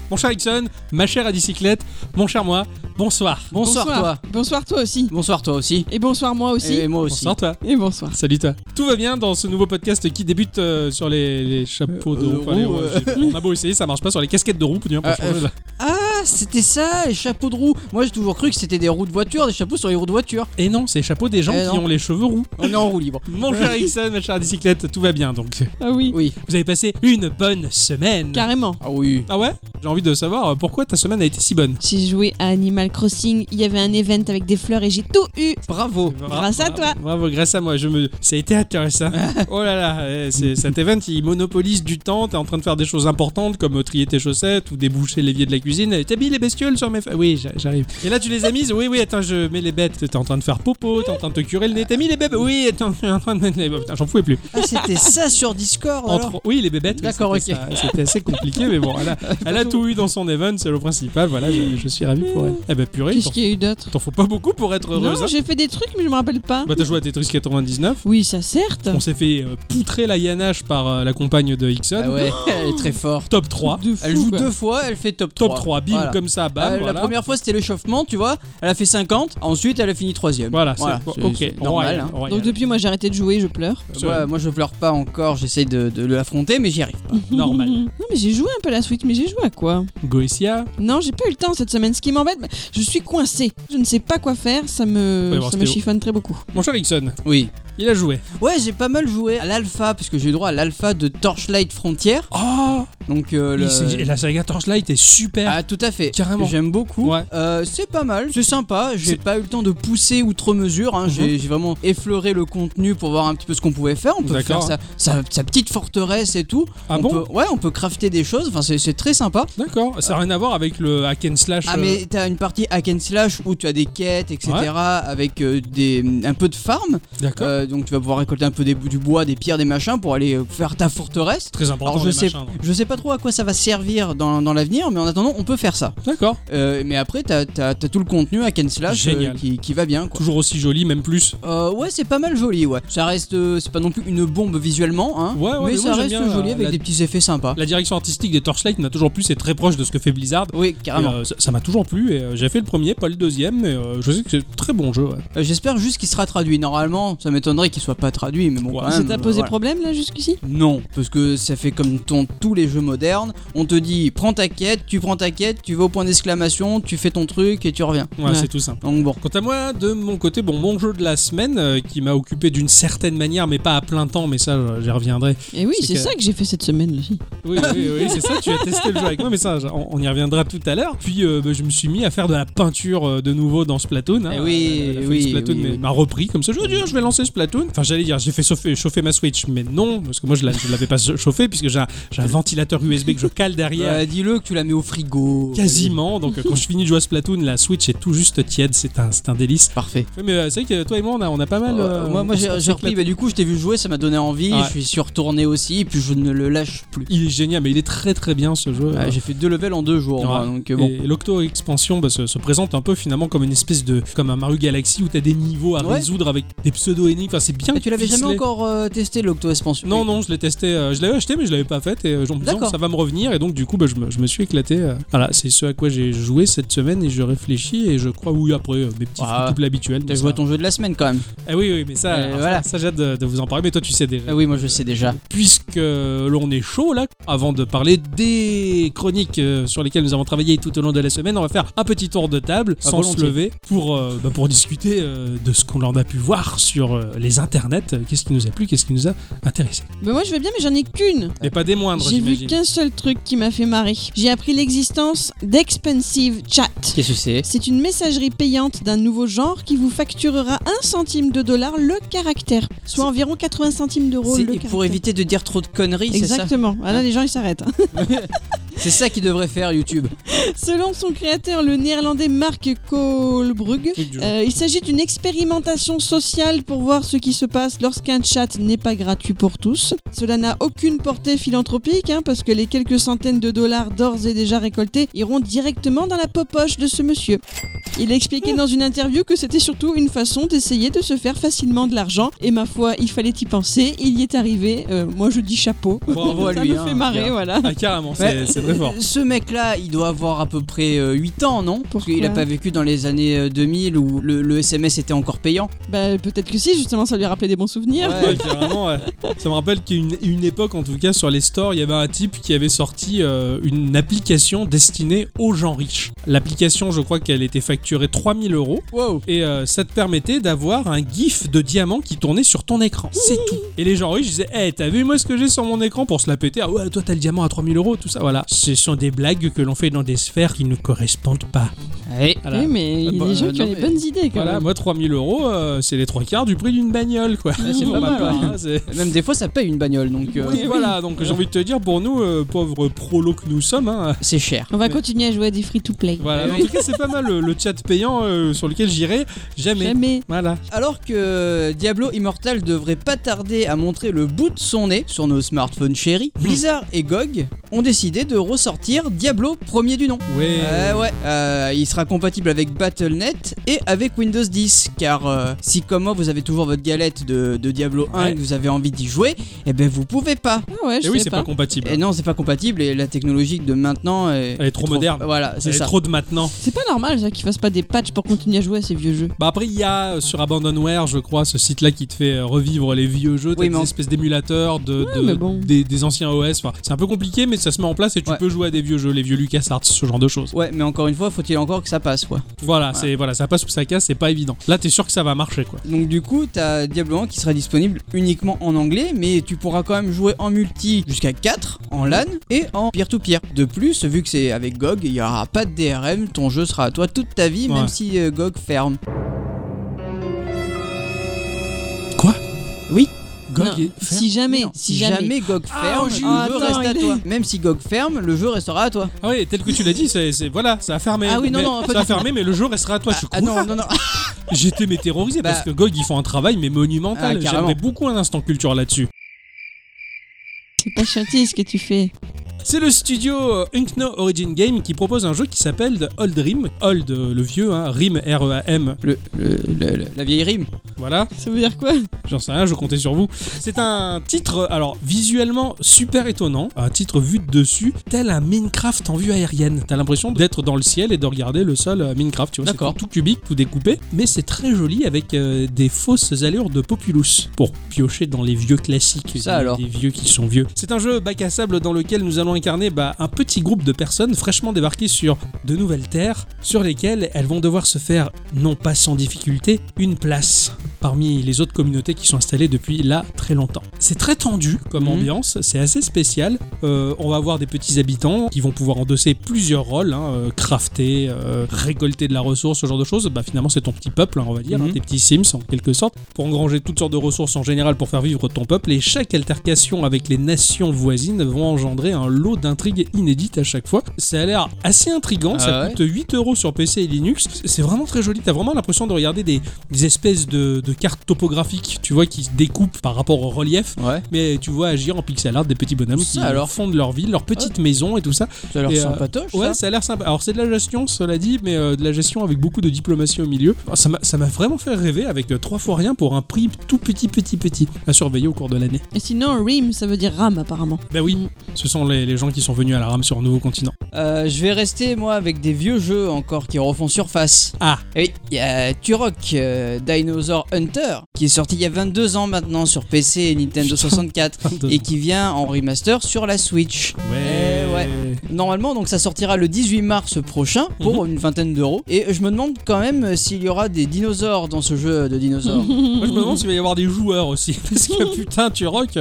Mon cher Ixon, ma chère à bicyclette, mon cher moi, bonsoir. Bonsoir toi. Bonsoir toi aussi. Bonsoir toi aussi. Et bonsoir moi aussi. Et moi aussi. Bonsoir toi. Et bonsoir. Salut toi. Tout va bien dans ce nouveau podcast qui débute sur les chapeaux de roue. On a beau essayer, ça marche pas sur les casquettes de roue. Ah, c'était ça, les chapeaux de roue. Moi j'ai toujours cru que c'était des roues de voiture, des chapeaux sur les roues de voiture. Et non, c'est les chapeaux des gens qui ont les cheveux roux. On est en roue libre. Mon cher Ixon, ma chère bicyclette, tout va bien donc. Ah oui. Oui. Vous avez passé une bonne semaine. Carrément. Ah oui. Ah ouais? J'ai envie de savoir pourquoi ta semaine a été si bonne. J'ai joué à Animal Crossing, il y avait un event avec des fleurs et j'ai tout eu. Bravo. Grâce à toi. Bravo, grâce à moi. Ça a été intéressant. Oh là là, cet event, il monopolise du temps. T'es en train de faire des choses importantes comme trier tes chaussettes ou déboucher l'évier de la cuisine. T'as mis les bestioles sur mes... Oui, j'arrive. Et là, tu les as mises? Oui, attends, je mets les bêtes. T'es en train de faire popo, t'es en train de te curer le nez. T'as mis les bébés? Oui, attends, je suis en train de mettre les... Putain, j'en pouvais plus. Ah, c'était ça sur Discord alors. Oui, les bébêtes. D'accord, oui, c'était assez compliqué, mais bon, elle a tout eu dans son event, c'est le principal. Voilà, je suis ravi pour elle. Eh ben purée, Qu'est-ce qu'il y a eu d'autre? t'en faut pas beaucoup pour être heureuse. Non, j'ai fait des trucs mais je me rappelle pas. Bah t'as joué à Tetris 99. Oui, ça certes. On s'est fait poutrer la Yanache par la compagne de Ixon. Ah ouais, elle est très forte. Top 3. De fou, Elle joue quoi. 2 fois, elle fait top 3. Top 3, bim, Voilà. comme ça, bam. La première fois c'était l'échauffement, tu vois. Elle a fait 50, ensuite elle a fini 3ème. Voilà, c'est ok. normal. Hein. Donc depuis moi j'ai arrêté de jouer, je pleure. Moi je pleure pas encore, j'essaye de l'affronter, mais j'y arrive pas. Normal. Non mais j'ai joué un peu à la Switch, mais j'ai joué à quoi? Goetia. Non, j'ai pas eu le temps cette semaine. Ce qui m'embête, je suis coincé. Je ne sais pas quoi faire. Ça me chiffonne très beaucoup. Mon cher Ixon, Oui. il a joué. Ouais, j'ai pas mal joué à l'alpha, parce que j'ai eu droit à l'alpha de Torchlight Frontier. Oh, Donc la saga Torchlight est super. Ah, tout à fait. Carrément. J'aime beaucoup. Ouais. C'est pas mal, c'est sympa. J'ai pas eu le temps de pousser outre mesure. Hein. J'ai vraiment effleuré le contenu pour voir un petit peu ce qu'on pouvait faire. On peut faire sa petite forteresse et tout. On peut crafter des choses. Enfin, c'est très sympa. D'accord. Ça n'a rien à voir avec le hack and slash. Ah, mais t'as une partie hack and slash où tu as des quêtes, etc. Avec un peu de farm. D'accord. Donc tu vas pouvoir récolter un peu du bois, des pierres, des machins pour aller faire ta forteresse. Très important. Alors je sais pas trop à quoi ça va servir dans l'avenir, mais en attendant on peut faire ça. D'accord. Mais après t'as tout le contenu hack and slash qui va bien quoi. Toujours aussi joli, même plus. Ouais, c'est pas mal joli, ouais. Ça reste, c'est pas non plus une bombe visuellement, hein. Ouais, mais ça reste bien, joli avec des petits effets sympas. La direction artistique des Torchlight m'a toujours plu, c'est très proche de ce que fait Blizzard. Oui, carrément. Ça m'a toujours plu et j'ai fait le premier, pas le deuxième, mais je sais que c'est un très bon jeu. Ouais. J'espère juste qu'il sera traduit. Normalement, ça m'étonnerait qu'il soit pas traduit, mais bon. Ouais. Quand même, Ça t'a posé problème là jusqu'ici? Non, parce que ça fait comme tous les jeux modernes. On te dit prends ta quête, tu vas au point d'exclamation, tu fais ton truc et tu reviens. Ouais, c'est tout simple. Donc bon. Quant à moi, de mon côté, mon jeu de la semaine qui m'a occupé d'une certaine manière, mais pas à plein temps, mais ça j'y reviendrai. Et oui, c'est ça que j'ai fait cette semaine aussi. Oui, c'est ça, tu as testé le jeu avec moi, mais ça on y reviendra tout à l'heure. Puis je me suis mis à faire de la peinture de nouveau dans Splatoon. Hein, Splatoon m'a repris comme ça. Je vais lancer Splatoon. Enfin, j'allais dire, j'ai fait chauffer ma Switch, mais non, parce que moi je l'avais pas chauffé puisque j'ai un ventilateur USB que je cale derrière. Dis-le que tu la mets au frigo. Quasiment. Donc quand je finis de jouer à Splatoon, la Switch est tout juste tiède. C'est un délice. Parfait. Mais c'est vrai que toi et moi on a pas mal. Moi j'ai repris. Du coup, je t'ai vu jouer, ça m'a donné envie. Ouais. Je suis retourné aussi, puis je ne le lâche plus. Il est génial, mais il est très très bien ce jeu. J'ai fait 2 levels en 2 jours. Moi, donc bon. Et l'Octo Expansion se présente un peu finalement comme une espèce comme un Mario Galaxy où t'as des niveaux à résoudre avec des pseudo-énigmes. Enfin, c'est bien. Mais tu l'avais ficelé. jamais encore testé l'Octo Expansion? Non, je l'ai testé. Je l'avais acheté, mais je l'avais pas fait. Et en me disant ça va me revenir. Et donc du coup, je me suis éclaté. Voilà, c'est ce à quoi j'ai joué cette semaine et je réfléchis et je crois après mes petits couples habituels. T'as joué à ton jeu de la semaine quand même. Oui, mais ça j'ai hâte de vous en parler. Mais toi, tu sais déjà. Oui, moi je sais déjà. Puisque l'on est chaud là, avant de parler des chroniques sur lesquelles nous avons travaillé tout au long de la semaine, on va faire un petit tour de table sans se lever pour discuter de ce qu'on en a pu voir sur les internets. Qu'est-ce qui nous a plu, qu'est-ce qui nous a intéressé. Moi je vais bien, mais j'en ai qu'une. Et pas des moindres, J'ai vu j'imagine. qu'un seul truc qui m'a fait marrer. J'ai appris l'existence d'Expensive Chat. Qu'est-ce que c'est? C'est une messagerie payante d'un nouveau genre qui vous facturera 1 centime de dollar le caractère, soit environ 80 centimes d'euros le caractère. Pour éviter de dire trop de conneries, c'est ça? Exactement. Là, les gens ils s'arrêtent. C'est ça qu'il devrait faire YouTube. Selon son créateur, le néerlandais Mark Koolbrug, il s'agit d'une expérimentation sociale pour voir ce qui se passe lorsqu'un chat n'est pas gratuit pour tous. Cela n'a aucune portée philanthropique, parce que les quelques centaines de dollars d'ores et déjà récoltés iront directement dans la poche de ce monsieur. Il a expliqué dans une interview que c'était surtout une façon d'essayer de se faire facilement de l'argent, et ma foi, il fallait y penser, il y est arrivé. Moi je dis chapeau. Bravo à ça lui. me fait marrer, voilà. Ah, carrément, c'est très fort. Ce mec-là, il doit avoir à peu près 8 ans, non? Parce qu'il a pas vécu dans les années 2000 où le SMS était encore payant. Bah peut-être que si, justement, ça lui rappelait des bons souvenirs. Ouais, carrément, ouais. Ça me rappelle qu'une époque, en tout cas, sur les stores, il y avait un type qui avait sorti une application destinée aux gens riches. L'application, je crois qu'elle était facturée 3000 €. Wow. Et ça te permettait d'avoir un gif de diamant qui tournait sur ton écran. C'est tout. Et les gens riches disaient, hey, t'as vu moi ce que j'ai sur mon écran pour se la péter? Ah ouais, toi t'as le diamant à 3000 €, tout ça. Voilà. Ce sont des blagues que l'on fait dans des sphères qui ne correspondent pas. Ouais. Voilà. Oui, mais il y a des gens qui ont des bonnes idées quand même. Moi 3000 €, c'est les 3/4 du prix d'une bagnole, quoi. C'est pas mal, ouais. Même des fois ça paye une bagnole, donc. Oui, voilà. Donc j'ai envie de te dire, pour nous, pauvres prolos que nous sommes, c'est cher. On va continuer à jouer à des free-to-play. Voilà. En tout cas, c'est pas mal le chat payant sur lequel j'irai jamais. Voilà. Alors que Diablo Immortal devrait pas tarder à montrer le bout de son nez sur nos smartphones chéris, Blizzard et GOG ont décidé de ressortir Diablo premier du nom. Ouais. Il sera compatible avec Battle.net et avec Windows 10, car si comme moi vous avez toujours votre galette de Diablo 1 et que vous avez envie d'y jouer, eh ben vous pouvez pas. Ah ouais, et oui, c'est pas compatible. Et non, c'est pas compatible et la technologie de maintenant elle est trop moderne. Voilà, c'est ça. Elle est trop de maintenant. C'est pas normal ça qu'ils fassent pas des patchs pour continuer à jouer à ces vieux jeux. Bah après il y a sur Abandonware, je crois, ce site-là qui te fait revivre les vieux jeux, des espèces d'émulateurs des anciens OS. Enfin, c'est un peu compliqué, mais ça se met en place et tu peux jouer à des vieux jeux, les vieux LucasArts, ce genre de choses. Ouais, mais encore une fois, faut-il encore que ça passe, quoi. Voilà, ça passe ou ça casse, c'est pas évident. Là, t'es sûr que ça va marcher, quoi. Donc du coup, t'as Diablo 1 qui sera disponible uniquement en anglais, mais tu pourras quand même jouer en multi jusqu'à 4, en LAN et en peer-to-peer. De plus, vu que c'est avec GOG, il y aura pas de DRM, ton jeu sera à toi toute ta vie, même si GOG ferme. Quoi? Oui. Si jamais GOG ferme, le jeu reste à toi. Même si GOG ferme, le jeu restera à toi. Ah oui, tel que tu l'as dit, ça a fermé. Ah oui, non, ça a fermé, mais le jeu restera à toi. Non. J'étais terrorisé parce que GOG ils font un travail mais monumental. J'aimerais beaucoup un instant culture là-dessus. C'est pas gentil ce que tu fais. C'est le studio Unkno Origin Game qui propose un jeu qui s'appelle The Old Rim. Old, le vieux, Rim, R-E-A-M. La vieille rime. Voilà. Ça veut dire quoi? J'en sais rien, je comptais sur vous. C'est un titre, alors visuellement super étonnant, un titre vu de dessus, tel un Minecraft en vue aérienne. T'as l'impression d'être dans le ciel et de regarder le sol Minecraft, tu vois. D'accord. C'est tout cubique, tout découpé, mais c'est très joli avec des fausses allures de Populous pour piocher dans les vieux classiques. Les vieux qui sont vieux. C'est un jeu bac à sable dans lequel nous allons incarner un petit groupe de personnes fraîchement débarquées sur de nouvelles terres sur lesquelles elles vont devoir se faire, non pas sans difficulté, une place parmi les autres communautés qui sont installées depuis là très longtemps. C'est très tendu comme ambiance, c'est assez spécial. On va avoir des petits habitants qui vont pouvoir endosser plusieurs rôles, crafter, récolter de la ressource, ce genre de choses. Finalement c'est ton petit peuple, on va dire, tes petits Sims en quelque sorte, pour engranger toutes sortes de ressources en général pour faire vivre ton peuple, et chaque altercation avec les nations voisines vont engendrer un lot d'intrigues inédites à chaque fois. Ça a l'air assez intriguant, ça coûte 8 € sur PC et Linux. C'est vraiment très joli, t'as vraiment l'impression de regarder des espèces de cartes topographiques, tu vois, qui se découpent par rapport au relief, mais tu vois agir en pixel art des petits bonhommes qui fondent leur ville, leur petite maison et tout ça. Ça a l'air sympatoche. Ça a l'air sympa. Alors c'est de la gestion, cela dit, mais de la gestion avec beaucoup de diplomatie au milieu. Ça m'a vraiment fait rêver avec 3 fois rien pour un prix tout petit à surveiller au cours de l'année. Et sinon, RIM, ça veut dire RAM apparemment. Ben oui, ce sont les gens qui sont venus à la rame sur un nouveau continent. Je vais rester moi avec des vieux jeux encore qui refont surface. Oui, il y a Turok Dinosaur Hunter qui est sorti il y a 22 ans maintenant sur PC et Nintendo 64 et qui vient en remaster sur la Switch. Ouais. Normalement donc ça sortira le 18 mars prochain pour une vingtaine d'euros, et je me demande quand même s'il y aura des dinosaures dans ce jeu de dinosaures. Moi je me demande s'il va y avoir des joueurs aussi parce que putain Turok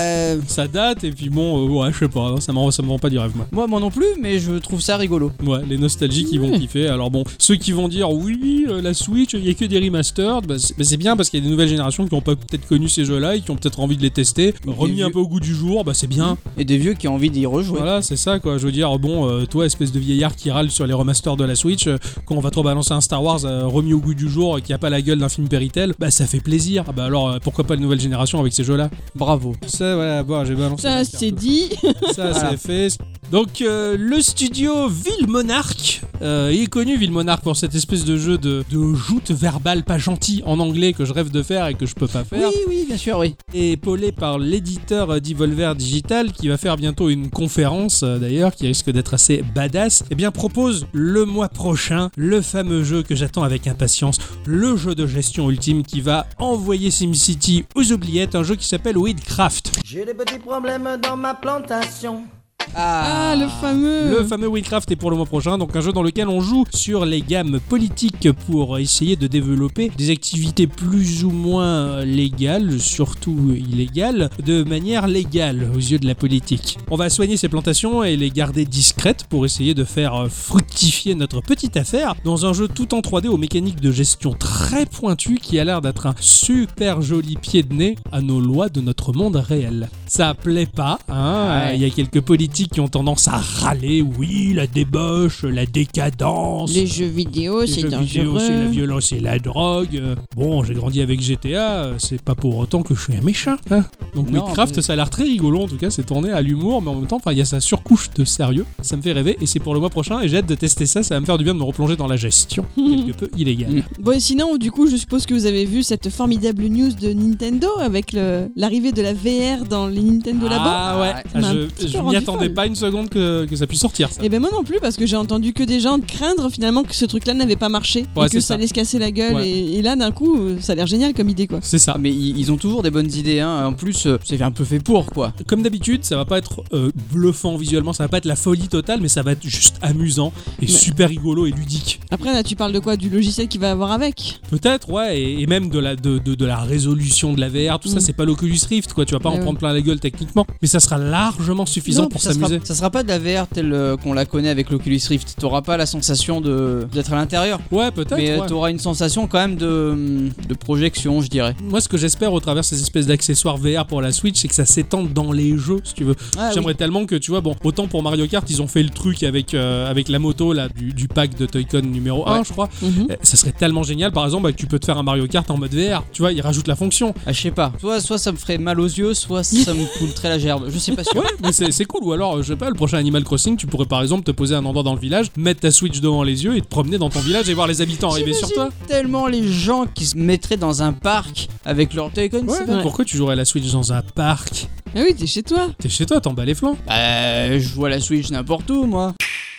ça date, et puis bon je sais pas, ça me rend pas du rêve moi. Moi non plus, mais je trouve ça rigolo. Ouais, les nostalgiques ils vont kiffer. Alors bon, ceux qui vont dire oui la Switch il y a que des remastered, c'est bien parce qu'il y a des nouvelles générations qui ont pas peut-être connu ces jeux là et qui ont peut-être envie de les tester, remis un peu au goût du jour, c'est bien. Et des vieux qui ont envie d'y rejouer. Voilà, c'est ça quoi, je veux dire, bon toi espèce de vieillard qui râle sur les remasters de la Switch, quand on va trop balancer un Star Wars remis au goût du jour qui a pas la gueule d'un film Péritel, ça fait plaisir. Alors pourquoi pas la nouvelle génération avec ces jeux là. Bravo. Ça voilà, bon, j'ai balancé. Ça c'est dit. Ça c'est fait. Donc le studio Ville Monarch Il est connu, Villemonarque, pour cette espèce de jeu de joute verbale pas gentil en anglais que je rêve de faire et que je peux pas faire. Oui, bien sûr, oui. Et épaulé par l'éditeur Devolver Digital, qui va faire bientôt une conférence, d'ailleurs, qui risque d'être assez badass, eh bien propose le mois prochain le fameux jeu que j'attends avec impatience, le jeu de gestion ultime qui va envoyer SimCity aux oubliettes, un jeu qui s'appelle Weedcraft. J'ai des petits problèmes dans ma plantation. Le fameux. Le fameux Weedcraft est pour le mois prochain, donc un jeu dans lequel on joue sur les gammes politiques pour essayer de développer des activités plus ou moins légales, surtout illégales, de manière légale aux yeux de la politique. On va soigner ces plantations et les garder discrètes pour essayer de faire fructifier notre petite affaire dans un jeu tout en 3D aux mécaniques de gestion très pointues qui a l'air d'être un super joli pied de nez à nos lois de notre monde réel. Ça plaît pas, hein, il y a quelques politiques qui ont tendance à râler, oui, la débauche, la décadence. Les jeux vidéo, c'est dangereux. C'est la violence et la drogue. Bon, j'ai grandi avec GTA, c'est pas pour autant que je suis un méchant. Hein. Donc Weedcraft, ça a l'air très rigolo, en tout cas, c'est tourné à l'humour, mais en même temps, il y a sa surcouche de sérieux. Ça me fait rêver, et c'est pour le mois prochain, et j'ai hâte de tester ça, ça va me faire du bien de me replonger dans la gestion, quelque peu illégale. Bon, et sinon, du coup, je suppose que vous avez vu cette formidable news de Nintendo avec l'arrivée de la VR dans les Nintendo là-bas. Ah ouais, je m'y attendais pas une seconde que ça puisse sortir, ça. Et ben moi non plus, parce que j'ai entendu que des gens craindre finalement que ce truc-là n'avait pas marché, et que ça allait se casser la gueule, et là d'un coup, ça a l'air génial comme idée, quoi. C'est ça. Mais ils ont toujours des bonnes idées, hein. En plus, c'est un peu fait pour, quoi. Comme d'habitude, ça va pas être bluffant visuellement, ça va pas être la folie totale, mais ça va être juste amusant et super rigolo et ludique. Après là, tu parles de quoi? Du logiciel qu'il va avoir avec? Peut-être, ouais, et même de la résolution de la VR, tout ça, c'est pas l'Oculus Rift, quoi. Tu vas pas en prendre plein la gueule techniquement, mais ça sera largement suffisant pour s'amuser. Ça sera pas de la VR telle qu'on la connaît avec l'Oculus Rift. T'auras pas la sensation d'être à l'intérieur. Ouais, peut-être. Mais t'auras une sensation quand même de projection, je dirais. Moi, ce que j'espère au travers de ces espèces d'accessoires VR pour la Switch, c'est que ça s'étende dans les jeux, si tu veux. J'aimerais tellement que, tu vois, bon, autant pour Mario Kart, ils ont fait le truc avec la moto là, du pack de Toy-Con numéro 1, je crois. Ça serait tellement génial, par exemple, que tu peux te faire un Mario Kart en mode VR. Tu vois, ils rajoutent la fonction. Je sais pas. Soit ça me ferait mal aux yeux, soit ça me coûterait la gerbe. Je sais pas sûr. Ouais, mais c'est cool. Ou alors, je sais pas, le prochain Animal Crossing, tu pourrais par exemple te poser à un endroit dans le village, mettre ta Switch devant les yeux et te promener dans ton village et voir les habitants arriver sur toi. Tellement les gens qui se mettraient dans un parc avec leur Toy-Con. Pourquoi tu jouerais à la Switch dans un parc? Ah oui, t'es chez toi. T'es chez toi, t'en bats les flancs. Je joue à la Switch n'importe où, moi.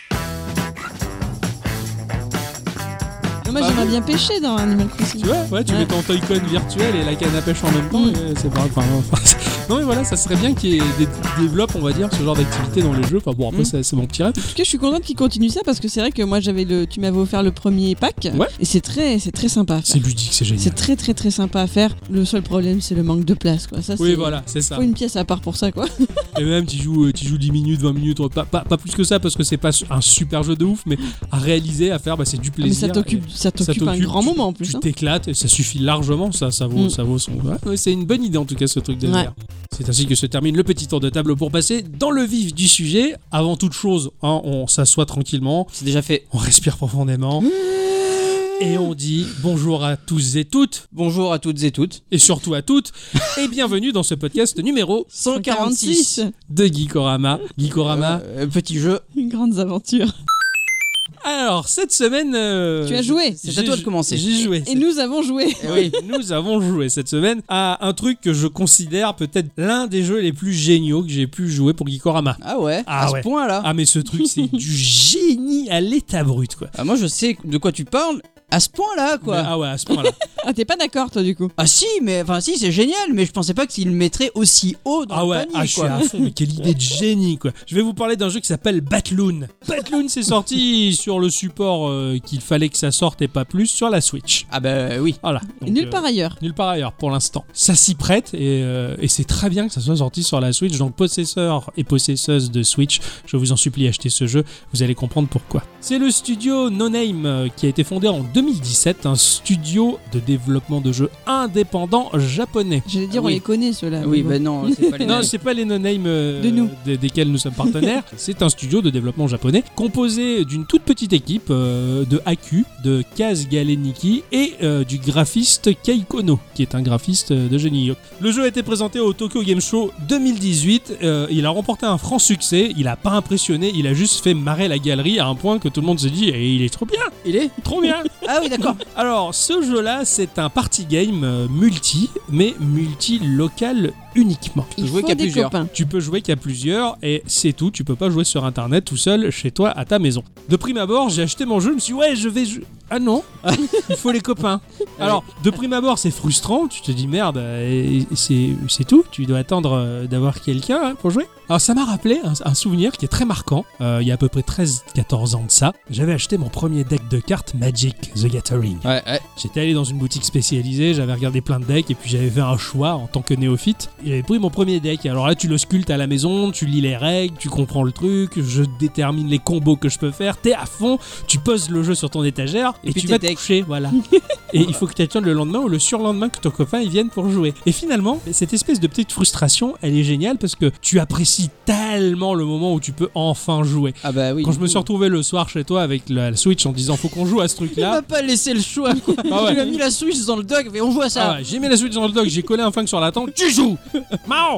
Moi j'aimerais bien pêcher dans Animal Crossing. Tu vois, tu mets ton Toy-Con virtuel et la canne à pêche en même temps, et c'est pas non mais voilà, ça serait bien qu'il y ait des développes, on va dire, ce genre d'activité dans les jeux. Enfin bon, après c'est mon petit rêve. En tout cas, je suis contente qu'ils continuent ça, parce que c'est vrai que moi tu m'avais offert le premier pack, et c'est très sympa à faire. C'est ludique, c'est génial. C'est très très très sympa à faire. Le seul problème, c'est le manque de place, quoi. Ça, voilà, c'est ça. Faut une pièce à part pour ça, quoi. Et même tu joues 10 minutes, 20 minutes, pas plus que ça, parce que c'est pas un super jeu de ouf, mais à réaliser, à faire, c'est du plaisir. Mais ça t'occupe un grand moment en plus. Tu t'éclates et ça suffit largement, ça vaut son. Ouais, c'est une bonne idée en tout cas, ce truc de VR. C'est ainsi que se termine le petit tour de table pour passer dans le vif du sujet. Avant toute chose, on s'assoit tranquillement. C'est déjà fait. On respire profondément. Et on dit bonjour à tous et toutes. Bonjour à toutes et toutes. Et surtout à toutes. Et bienvenue dans ce podcast numéro 146 de Geekorama. Geekorama. Petit jeu. Grandes aventures. Alors, cette semaine... tu as joué. C'est à toi de commencer. J'ai joué. Et nous avons joué. Oui, nous avons joué cette semaine à un truc que je considère peut-être l'un des jeux les plus géniaux que j'ai pu jouer pour Geekorama. Ah ouais, à ce point-là. Ah mais ce truc, c'est du génie à l'état brut, quoi. Ah, moi, je sais de quoi tu parles. À ce point-là, quoi. Ah ouais, à ce point-là. Ah, t'es pas d'accord, toi, du coup? Ah si, c'est génial, mais je pensais pas qu'il le mettrait aussi haut dans le panier, je suis à fond, mais quelle idée de génie, quoi. Je vais vous parler d'un jeu qui s'appelle Batloon. Batloon, c'est sorti sur le support qu'il fallait que ça sorte et pas plus, sur la Switch. Ah bah oui. Voilà. Donc, nulle part ailleurs. Nulle part ailleurs, pour l'instant. Ça s'y prête, et c'est très bien que ça soit sorti sur la Switch. Donc, possesseurs et possesseuses de Switch, je vous en supplie, achetez ce jeu, vous allez comprendre pourquoi. C'est le studio No Name qui a été fondé en 2000 2017 un studio de développement de jeux indépendant japonais. J'allais dire, on les connaît ceux-là. Oui, ben non, c'est pas les non, c'est pas les no-name desquels nous sommes partenaires. C'est un studio de développement japonais composé d'une toute petite équipe de Haku, de Kaz Galeniki et du graphiste Keikono, qui est un graphiste de génie. Le jeu a été présenté au Tokyo Game Show 2018. Il a remporté un franc succès. Il a pas impressionné, il a juste fait marrer la galerie à un point que tout le monde se dit il est trop bien. Il est trop bien. Ah oui, d'accord. Alors, ce jeu-là, c'est un party game mais multi-local uniquement. Il faut des copains. Tu peux jouer qu'à plusieurs et c'est tout. Tu peux pas jouer sur internet tout seul chez toi à ta maison. De prime abord, j'ai acheté mon jeu, je me suis dit je vais jouer. Ah non, il faut les copains. Alors, de prime abord, c'est frustrant. Tu te dis merde, c'est tout. Tu dois attendre d'avoir quelqu'un pour jouer. Alors, ça m'a rappelé un souvenir qui est très marquant. Il y a à peu près 13-14 ans de ça. J'avais acheté mon premier deck de cartes Magic the Gathering. Ouais. J'étais allé dans une boutique spécialisée, j'avais regardé plein de decks et puis j'avais fait un choix en tant que néophyte. J'avais pris mon premier deck. Alors là, tu le sculptes à la maison, tu lis les règles, tu comprends le truc, je détermine les combos que je peux faire. T'es à fond, tu poses le jeu sur ton étagère et tu vas te coucher, voilà. Et il faut que tu attendes le lendemain ou le surlendemain que ton copain il vienne pour jouer. Et finalement, cette espèce de petite frustration, elle est géniale parce que tu apprécies tellement le moment où tu peux enfin jouer. Ah bah oui. Quand je me suis retrouvé le soir chez toi avec la Switch en disant faut qu'on joue à ce truc-là. Il m'a pas laissé le choix. Ah ouais. Tu as mis la Switch dans le dock et on joue à ça. Ah ouais, j'ai mis la Switch dans le dock, j'ai collé un flingue sur la tente, tu joues. Mao.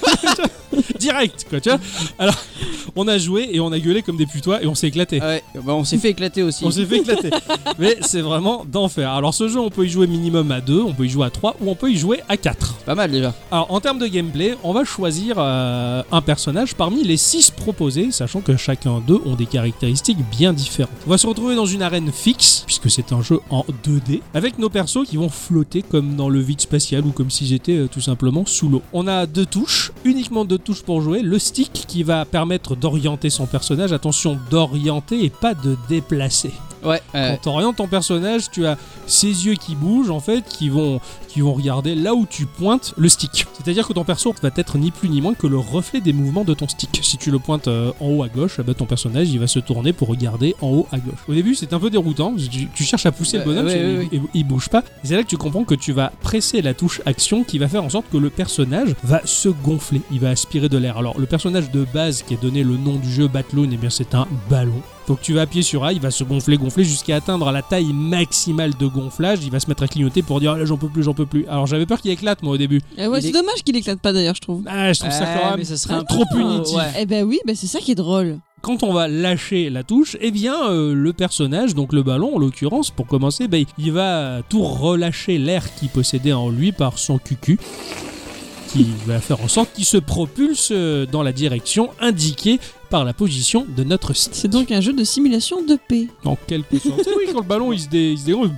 Direct quoi, tu vois. Alors, on a joué et on a gueulé comme des putois et on s'est éclaté. Ouais, bah on s'est fait éclater aussi. On s'est fait éclater. Mais c'est vraiment d'enfer. Alors ce jeu, on peut y jouer minimum à 2, on peut y jouer à 3 ou on peut y jouer à 4. Pas mal déjà. Alors en termes de gameplay, on va choisir un personnage parmi les 6 proposés, sachant que chacun d'eux ont des caractéristiques bien différentes. On va se retrouver dans une arène fixe, puisque c'est un jeu en 2D, avec nos persos qui vont flotter comme dans le vide spatial ou comme s'ils étaient tout simplement sous l'eau. On a 2 touches, uniquement 2 touches pour jouer. Le stick qui va permettre d'orienter son personnage, attention, d'orienter et pas de déplacer. Ouais. Quand tu orientes ton personnage, tu as ses yeux qui bougent en fait, qui vont regarder là où tu pointes le stick. C'est-à-dire que ton perso va être ni plus ni moins que le reflet des mouvements de ton stick. Si tu le pointes en haut à gauche, ton personnage il va se tourner pour regarder en haut à gauche. Au début, c'est un peu déroutant. Tu cherches à pousser le bonhomme, il bouge pas. Et c'est là que tu comprends que tu vas presser la touche action qui va faire en sorte que le personnage va se gonfler. Il va aspirer de l'air. Alors, le personnage de base qui est donné le nom du jeu Batloon, bien c'est un ballon. Donc tu vas appuyer sur A, il va se gonfler jusqu'à atteindre la taille maximale de gonflage. Il va se mettre à clignoter pour dire là j'en peux plus. Alors j'avais peur qu'il éclate moi au début. C'est dommage qu'il éclate pas d'ailleurs, je trouve. Ah, je trouve ça quand même serait trop punitif. Ouais. Eh ben oui, c'est ça qui est drôle. Quand on va lâcher la touche, le personnage, donc le ballon en l'occurrence, pour commencer, il va tout relâcher l'air qu'il possédait en lui par son cucu, qui va faire en sorte qu'il se propulse dans la direction indiquée par la position de notre stick. C'est donc un jeu de simulation de paix. En quelque sorte. C'est oui, quand le ballon il se dégonfle.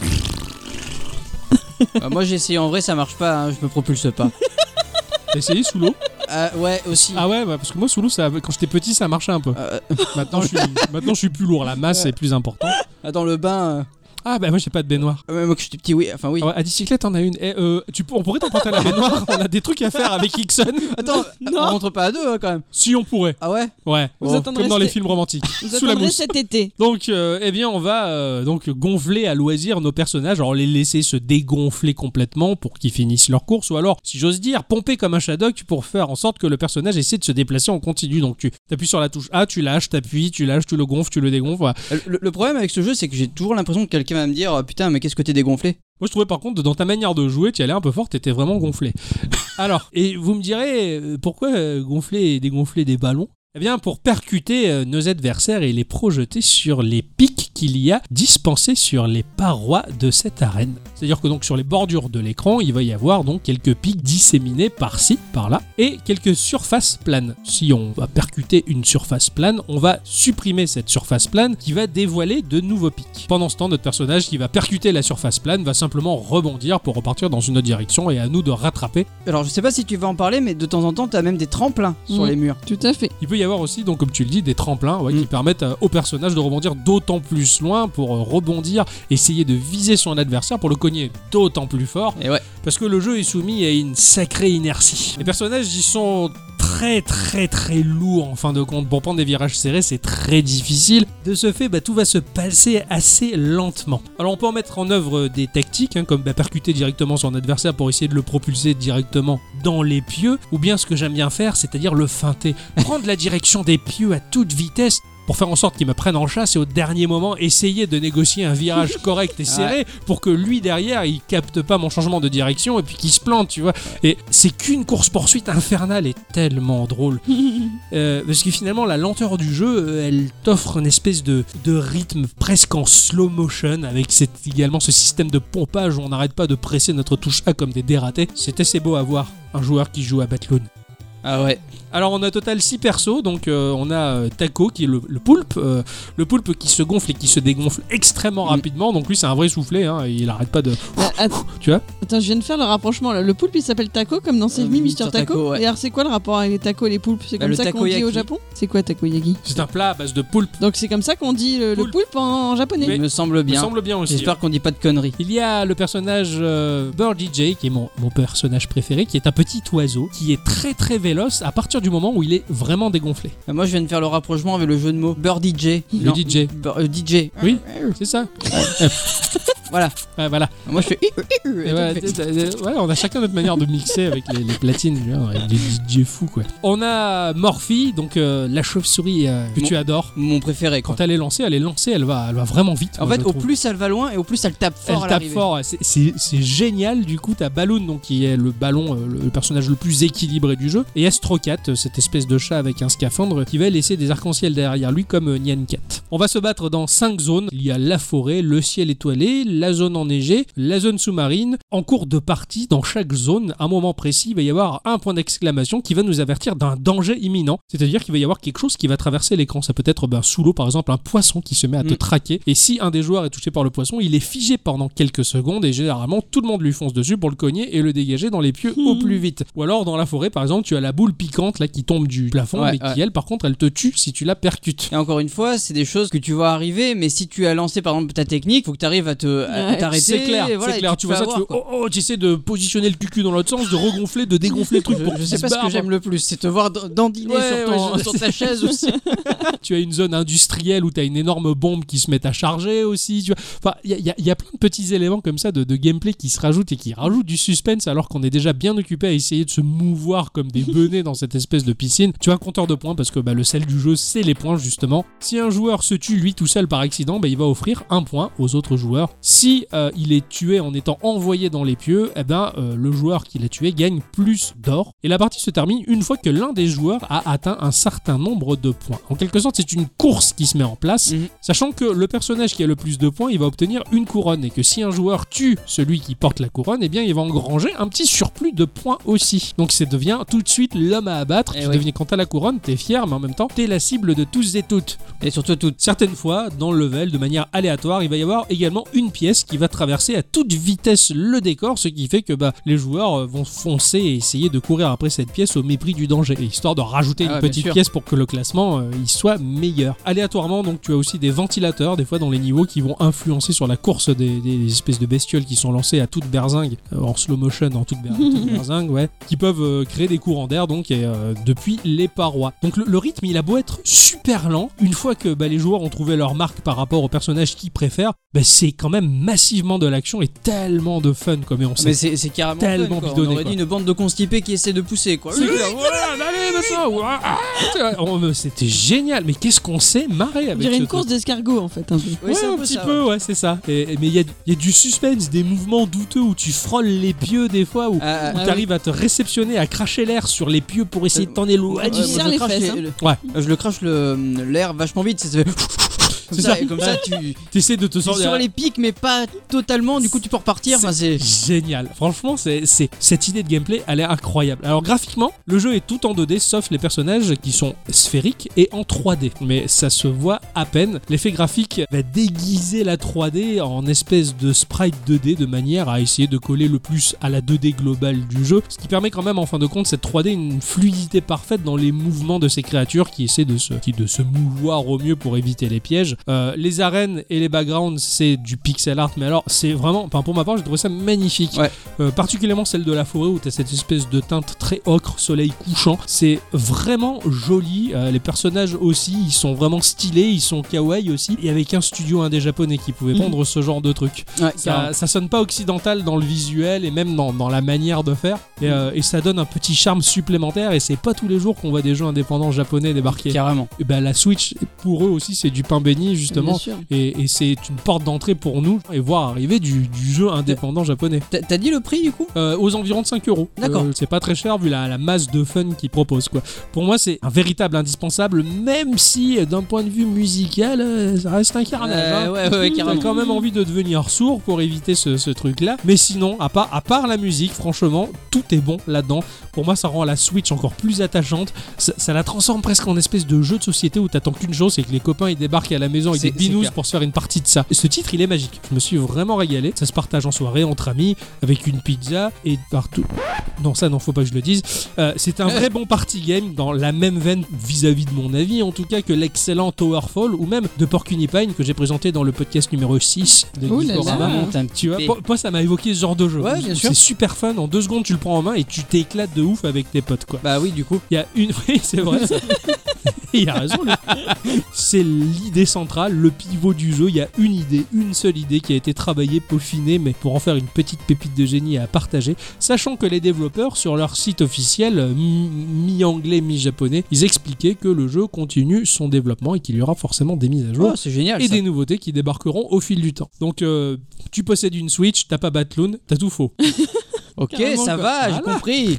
Moi j'ai essayé, en vrai ça marche pas, je me propulse pas. T'as essayé sous l'eau? Ouais, aussi. Ah ouais, parce que moi sous l'eau, quand j'étais petit ça marchait un peu. Maintenant je suis plus lourd, la masse est plus importante. Dans le bain... Ah bah moi j'ai pas de baignoire. Moi que j'étais petit, oui. Enfin oui. À bicyclette on a une. On pourrait t'emporter à la baignoire. On a des trucs à faire avec Ixon. Attends, on rentre pas à 2 quand même. Si on pourrait. Ah ouais. Ouais. Comme dans les films romantiques. Vous sous la mousse. Cet été. Donc on va donc gonfler à loisir nos personnages. Alors les laisser se dégonfler complètement pour qu'ils finissent leur course, ou alors si j'ose dire pomper comme un Shadok pour faire en sorte que le personnage essaie de se déplacer en continu. Donc tu appuies sur la touche A, tu lâches, t'appuies, tu lâches, tu le gonfles, tu le dégonfles. Voilà. Le problème avec ce jeu, c'est que j'ai toujours l'impression que quelqu'un va me dire putain mais qu'est-ce que t'es dégonflé. Moi je trouvais par contre dans ta manière de jouer tu allais un peu fort, t'étais vraiment gonflé. Alors, et vous me direz pourquoi gonfler et dégonfler des ballons? Eh bien pour percuter nos adversaires et les projeter sur les pics qu'il y a dispensés sur les parois de cette arène. C'est-à-dire que donc sur les bordures de l'écran, il va y avoir donc quelques pics disséminés par-ci, par-là, et quelques surfaces planes. Si on va percuter une surface plane, on va supprimer cette surface plane qui va dévoiler de nouveaux pics. Pendant ce temps, notre personnage qui va percuter la surface plane va simplement rebondir pour repartir dans une autre direction et à nous de rattraper. Alors je sais pas si tu vas en parler, mais de temps en temps, t'as même des tremplins sur les murs. Tout à fait. Il peut y avoir aussi, donc comme tu le dis, des tremplins qui permettent au personnage de rebondir d'autant plus loin pour rebondir, essayer de viser son adversaire pour le cogner d'autant plus fort. Et ouais. Parce que le jeu est soumis à une sacrée inertie. Les personnages, ils sont très très très lourd en fin de compte. Pour prendre des virages serrés, c'est très difficile. De ce fait, tout va se passer assez lentement. Alors on peut en mettre en œuvre des tactiques, comme percuter directement son adversaire pour essayer de le propulser directement dans les pieux, ou bien ce que j'aime bien faire, c'est-à-dire le feinter. Prendre la direction des pieux à toute vitesse pour faire en sorte qu'il me prenne en chasse et au dernier moment essayer de négocier un virage correct et serré pour que lui derrière il capte pas mon changement de direction et puis qu'il se plante, tu vois. Et c'est qu'une course-poursuite infernale et tellement drôle. Parce que finalement la lenteur du jeu, elle t'offre une espèce de rythme presque en slow motion avec également ce système de pompage où on n'arrête pas de presser notre touche A comme des dératés. C'est assez beau à voir, un joueur qui joue à Batloon. Ah ouais. Alors on a au total 6 persos, donc on a Taco qui est le poulpe qui se gonfle et qui se dégonfle extrêmement rapidement, donc lui c'est un vrai soufflet, il arrête pas de... tu vois. Attends, je viens de faire le rapprochement là. Le poulpe il s'appelle Taco comme dans Save Me Mr. Taco, ouais. Et alors c'est quoi le rapport avec les tacos et les poulpes? C'est comme ça qu'on dit au Japon? C'est quoi takoyaki? C'est un plat à base de poulpe. Donc c'est comme ça qu'on dit le poulpe en japonais. Il me semble bien. Aussi. J'espère qu'on dit pas de conneries. Il y a le personnage Birdie J qui est mon personnage préféré, qui est un petit oiseau qui est très très véloce à partir du moment où il est vraiment dégonflé. Moi je viens de faire le rapprochement avec le jeu de mots Birdie J. Le DJ. DJ. Oui, c'est ça. Voilà. Ouais, voilà. Moi je fais. On a chacun notre manière de mixer avec les platines, avec des DJ fous quoi. On a Morphy, donc la chauve-souris que tu adores. Mon préféré. Quand elle est lancée, elle va vraiment vite. En fait, au plus elle va loin et au plus elle tape fort. Elle tape fort. C'est génial. Du coup, t'as Balloon, donc qui est le ballon, le personnage le plus équilibré du jeu, et Astrocat, cette espèce de chat avec un scaphandre qui va laisser des arcs-en-ciel derrière lui comme Nyan Cat. On va se battre dans 5 zones. Il y a la forêt, le ciel étoilé, la zone enneigée, la zone sous-marine. En cours de partie, dans chaque zone, à un moment précis, il va y avoir un point d'exclamation qui va nous avertir d'un danger imminent. C'est-à-dire qu'il va y avoir quelque chose qui va traverser l'écran. Ça peut être sous l'eau, par exemple, un poisson qui se met à te traquer. Et si un des joueurs est touché par le poisson, il est figé pendant quelques secondes et généralement, tout le monde lui fonce dessus pour le cogner et le dégager dans les pieux au plus vite. Ou alors, dans la forêt, par exemple, tu as la boule piquante là qui tombe du plafond, mais qui, elle, par contre, elle te tue si tu la percutes. Et encore une fois, c'est des choses que tu vois arriver, mais si tu as lancé, par exemple, ta technique, faut que tu arrives à t'arrêter. C'est clair, voilà, c'est clair. Tu vois ça, tu fais tu essaies de positionner le cul dans l'autre sens, de regonfler, de dégonfler le truc pour je sais pas ce que j'aime le plus, c'est te voir dandiner sur ta chaise aussi. Tu as une zone industrielle où tu as une énorme bombe qui se met à charger aussi. Tu vois. Enfin, il y a plein de petits éléments comme ça de gameplay qui se rajoutent et qui rajoutent du suspense alors qu'on est déjà bien occupé à essayer de se mouvoir comme des benets dans cette espèce de piscine. Tu as un compteur de points parce que le sel du jeu, c'est les points justement. Si un joueur se tue lui tout seul par accident, il va offrir un point aux autres joueurs. Si il est tué en étant envoyé dans les pieux, le joueur qui l'a tué gagne plus d'or. Et la partie se termine une fois que l'un des joueurs a atteint un certain nombre de points. En quelque sorte, c'est une course qui se met en place, sachant que le personnage qui a le plus de points, il va obtenir une couronne, et que si un joueur tue celui qui porte la couronne, il va engranger un petit surplus de points aussi. Donc ça devient tout de suite l'homme à abattre. Quand t'as la couronne, t'es fier, mais en même temps, t'es la cible de tous et toutes. Et surtout toutes. Certaines fois, dans le level, de manière aléatoire, il va y avoir également une pièce qui va traverser à toute vitesse le décor, ce qui fait que les joueurs vont foncer et essayer de courir après cette pièce au mépris du danger, et histoire de rajouter une petite pièce pour que le classement il soit meilleur. Aléatoirement, donc tu as aussi des ventilateurs des fois dans les niveaux qui vont influencer sur la course des espèces de bestioles qui sont lancées à toute berzingue en slow motion, en toute berzingue, qui peuvent créer des courants d'air depuis les parois. Donc le rythme il a beau être super lent, une fois que les joueurs ont trouvé leur marque par rapport au personnage qu'ils préfèrent, c'est quand même massivement de l'action et tellement de fun comme on sait. Mais c'est carrément tellement bidonné. On aurait dit une bande de constipés qui essaie de pousser quoi. C'est clair, c'était génial, mais qu'est-ce qu'on s'est marré avec. On dirait une course d'escargot en fait un peu. Ouais, un petit peu, c'est ça. Mais il y a du suspense, des mouvements douteux où tu frôles les pieux des fois, où tu arrives à te réceptionner, à cracher l'air sur les pieux pour essayer de t'en éloigner. Tu serres les fesses. Je le crache l'air vachement vite. C'est ça, et comme ça tu essaies de te sortir sur les pics mais pas totalement, du coup tu peux repartir. C'est génial, franchement cette idée de gameplay elle est incroyable. Alors graphiquement le jeu est tout en 2D sauf les personnages qui sont sphériques et en 3D, mais ça se voit à peine. L'effet graphique va déguiser la 3D en espèce de sprite 2D de manière à essayer de coller le plus à la 2D globale du jeu, ce qui permet quand même en fin de compte cette 3D une fluidité parfaite dans les mouvements de ces créatures qui essaient de se mouvoir au mieux pour éviter les pièges. Les arènes et les backgrounds, c'est du pixel art, mais alors c'est vraiment, pour ma part, j'ai trouvé ça magnifique. Particulièrement celle de la forêt où t'as cette espèce de teinte très ocre, soleil couchant. C'est vraiment joli. Les personnages aussi, ils sont vraiment stylés, ils sont kawaii aussi. Et avec un studio indé japonais qui pouvait pondre ce genre de truc. Ça sonne pas occidental dans le visuel et même dans la manière de faire. Et ça donne un petit charme supplémentaire. Et c'est pas tous les jours qu'on voit des jeux indépendants japonais débarquer. Carrément. Et la Switch, pour eux aussi, c'est du pain béni justement. Et c'est une porte d'entrée pour nous et voir arriver du jeu indépendant japonais. T'as dit le prix du coup ? Aux environs de 5€. D'accord. C'est pas très cher vu la masse de fun qu'ils proposent, quoi. Pour moi, c'est un véritable indispensable, même si d'un point de vue musical, ça reste un carnage. Carrément. J'ai quand même envie de devenir sourd pour éviter ce truc-là. Mais sinon, à part la musique, franchement, tout est bon là-dedans. Pour moi, ça rend la Switch encore plus attachante. Ça la transforme presque en espèce de jeu de société où t'attends qu'une chose, c'est que les copains ils débarquent à la maison avec des binous pour se faire une partie de ça. Et ce titre, il est magique. Je me suis vraiment régalé. Ça se partage en soirée entre amis avec une pizza et partout. Non, ça, non, faut pas que je le dise. C'est un vrai bon party game dans la même veine vis-à-vis de mon avis, en tout cas, que l'excellent Towerfall ou même de Porcupine que j'ai présenté dans le podcast numéro 6 de Discorama. Tu vois, moi, ça m'a évoqué ce genre de jeu. Ouais, bien sûr. C'est super fun. En 2 secondes, tu le prends en main et tu t'éclates de ouf avec tes potes, quoi. Bah oui, du coup. Il y a une. Oui, c'est vrai. Ça... Il a raison, lui. C'est l'idée centrale, le pivot du jeu. Il y a une seule idée qui a été travaillée, peaufinée, mais pour en faire une petite pépite de génie à partager. Sachant que les développeurs, sur leur site officiel, mi-anglais, mi-japonais, ils expliquaient que le jeu continue son développement et qu'il y aura forcément des mises à jour. C'est génial, et des nouveautés qui débarqueront au fil du temps. Donc, tu possèdes une Switch, t'as pas Batloon, t'as tout faux. Ok, carrément, ça va, j'ai compris.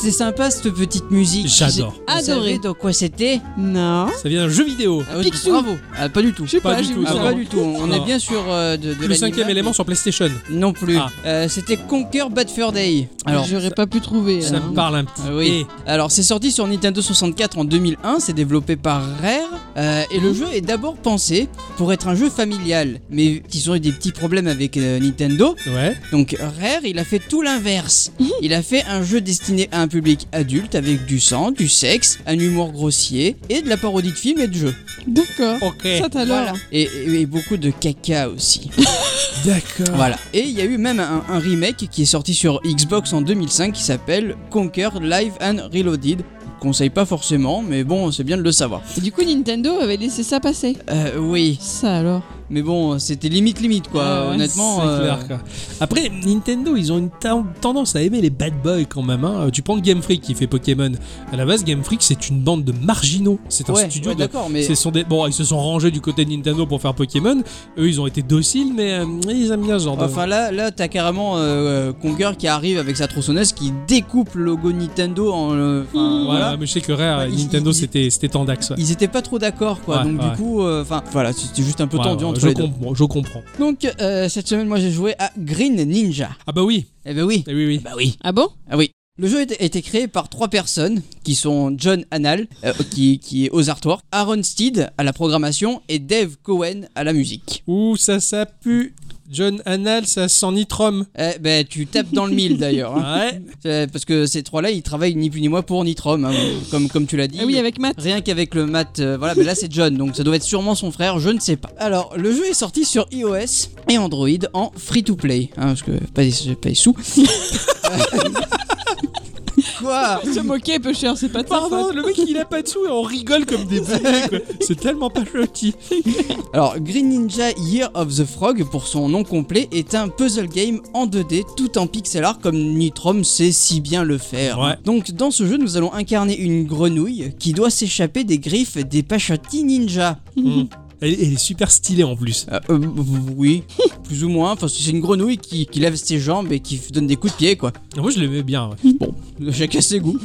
C'est sympa cette petite musique. J'adore. Adoré. Vous savez de quoi c'était? Non. Ça vient d'un jeu vidéo. Picsou. Bravo. Pas du tout. Je sais pas, du j'ai tout, vu ça. ça. Pas du tout. On Non. est bien sur de Le 5e élément sur PlayStation. Non plus. Ah. C'était Conquer Bad Fur Day. Alors, j'aurais pas pu trouver. Ça me parle un petit peu. Oui. Alors c'est sorti sur Nintendo 64 en 2001, c'est développé par Rare et le jeu est d'abord pensé pour être un jeu familial, mais ils ont eu des petits problèmes avec Nintendo. Ouais. Donc Rare, il a fait tout l'inverse. Il a fait un jeu destiné à un public adulte avec du sang, du sexe, un humour grossier et de la parodie de films et de jeux. D'accord. Ok. Ça t'alors. Et beaucoup de caca aussi. D'accord. Voilà. Et il y a eu même un remake qui est sorti sur Xbox en 2005 qui s'appelle Conquer Live and Reloaded. Conseille pas forcément, mais bon, c'est bien de le savoir. Et du coup, Nintendo avait laissé ça passer. Oui, Ça alors. mais bon, c'était limite quoi. Ah ouais, Honnêtement. C'est clair, quoi. Après, Nintendo, ils ont une tendance à aimer les bad boys quand même. Hein. Tu prends Game Freak qui fait Pokémon. À la base, Game Freak, c'est une bande de marginaux. C'est un studio d'accord, mais Bon, ils se sont rangés du côté de Nintendo pour faire Pokémon. Eux, ils ont été dociles, mais ils aiment bien ce genre de... enfin là, t'as carrément Conquer qui arrive avec sa tronçonneuse qui découpe le logo Nintendo en. Voilà, mais je sais que Rare et Nintendo, c'était tendax. Ouais. Ils étaient pas trop d'accord, quoi. Ouais, donc ouais. Du coup, voilà, c'était juste un peu tendu entre les deux. Je comprends. Donc cette semaine, moi, j'ai joué à Green Ninja. Ah bah oui. Eh ben oui. Eh oui, oui. Bah oui. Ah bon? Ah oui. Le jeu a été créé par 3 personnes qui sont John Hannal, qui est aux artworks, Aaron Steed à la programmation et Dave Cohen à la musique. Ouh, ça pue. John Hannal, ça sent Nitrom. Ben tu tapes dans le mille d'ailleurs. Hein. Ouais. Parce que ces 3-là, ils travaillent ni plus ni moins pour Nitrom, hein, comme tu l'as dit. Ah oui, avec Matt. Rien qu'avec le Matt, voilà, mais là c'est John, donc ça doit être sûrement son frère, je ne sais pas. Alors, le jeu est sorti sur iOS et Android en free-to-play, hein, parce que pas les sous. Quoi? Se moquer, peu cher, c'est pas de sa Pardon, faute. le mec il a pas de sous et on rigole comme des bébés, quoi. C'est tellement pas gentil. Alors, Green Ninja Year of the Frog, pour son nom complet, est un puzzle game en 2D tout en pixel art comme Nitrom sait si bien le faire. Ouais. Donc, dans ce jeu, nous allons incarner une grenouille qui doit s'échapper des griffes des Pachati Ninja. Elle est super stylée en plus. Oui, plus ou moins. Enfin, c'est une grenouille qui lève ses jambes et qui donne des coups de pied, quoi. Moi je l'aimais bien. Ouais. Bon, chacun ses goûts.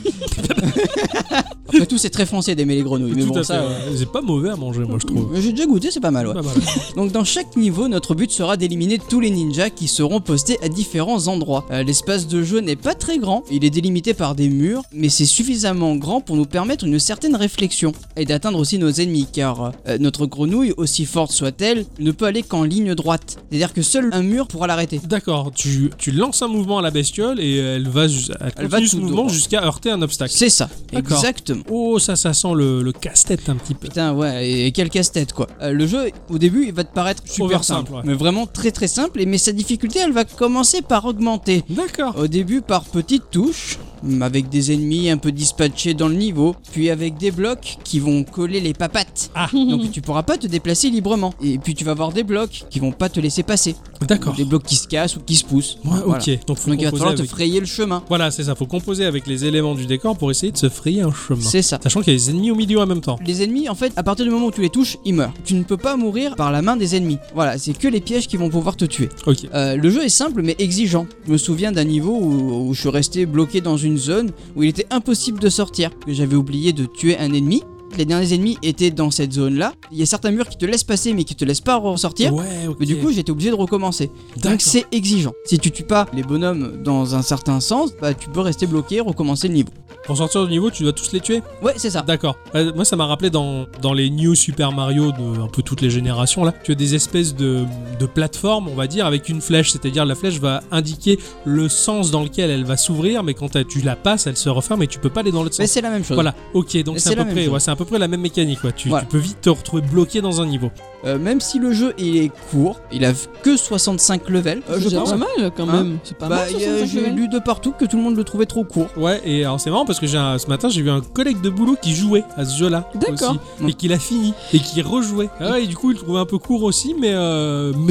Après tout, c'est très français d'aimer les grenouilles. Mais Tout bon, à ça. fait, ouais. C'est pas mauvais à manger, moi je trouve. J'ai déjà goûté, c'est pas mal, ouais. Pas mal. Donc dans chaque niveau, notre but sera d'éliminer tous les ninjas qui seront postés à différents endroits. L'espace de jeu n'est pas très grand, il est délimité par des murs, mais c'est suffisamment grand pour nous permettre une certaine réflexion et d'atteindre aussi nos ennemis, car notre grenouille, aussi forte soit-elle, ne peut aller qu'en ligne droite. C'est-à-dire que seul un mur pourra l'arrêter. D'accord, tu lances un mouvement à la bestiole et elle va continue ce tout mouvement droit. jusqu'à heurter un obstacle. C'est ça, D'accord. exactement. Oh, ça sent le casse-tête un petit peu. Putain, ouais, et quel casse-tête quoi. Le jeu, au début, il va te paraître super simple, ouais. mais vraiment très très simple, mais sa difficulté, elle va commencer par augmenter. D'accord. Au début par petites touches, avec des ennemis un peu dispatchés dans le niveau, puis avec des blocs qui vont coller les papates. Ah. Donc tu pourras pas te déplacer librement. Et puis tu vas avoir des blocs qui vont pas te laisser passer. D'accord. Des blocs qui se cassent ou qui se poussent. Ouais, Voilà. ok. Donc faut Donc il va composer falloir te avec... frayer le chemin. Voilà, c'est ça. Faut composer avec les éléments du décor pour essayer de se frayer un chemin. C'est ça. Sachant qu'il y a des ennemis au milieu en même temps. Les ennemis, en fait, à partir du moment où tu les touches, ils meurent. Tu ne peux pas mourir par la main des ennemis. Voilà, c'est que les pièges qui vont pouvoir te tuer. Ok. Le jeu est simple mais exigeant. Je me souviens d'un niveau où je suis resté bloqué dans une zone où il était impossible de sortir. J'avais oublié de tuer un ennemi. Les derniers ennemis étaient dans cette zone-là. Il y a certains murs qui te laissent passer mais qui te laissent pas ressortir. Ouais, ok. Mais du coup, j'étais obligé de recommencer. D'accord. Donc c'est exigeant. Si tu tues pas les bonhommes dans un certain sens, bah tu peux rester bloqué et recommencer le niveau. Pour sortir du niveau, tu dois tous les tuer. Ouais, c'est ça. D'accord. Moi, ça m'a rappelé dans les New Super Mario de un peu toutes les générations là. Tu as des espèces de plateformes, on va dire, avec une flèche. C'est-à-dire la flèche va indiquer le sens dans lequel elle va s'ouvrir, mais quand tu la passes, elle se referme et tu peux pas aller dans l'autre Mais sens. c'est la même chose. Voilà. Ok. Donc Mais c'est c'est la à peu même près, chose. ouais, c'est à peu près la même mécanique. Ouais. Tu Voilà. peux vite te retrouver bloqué dans un niveau. Même si le jeu il est court, il a que 65 levels, je C'est pense. pas mal quand Hein même. C'est pas Bah, mal. 65 j'ai levels. lu de partout que tout le monde le trouvait trop court. Ouais. Et alors c'est marrant parce que ce matin j'ai vu un collègue de boulot qui jouait à ce jeu-là. D'accord. Aussi, et qui l'a fini et qui rejouait. Ah ouais, et du coup il le trouvait un peu court aussi, mais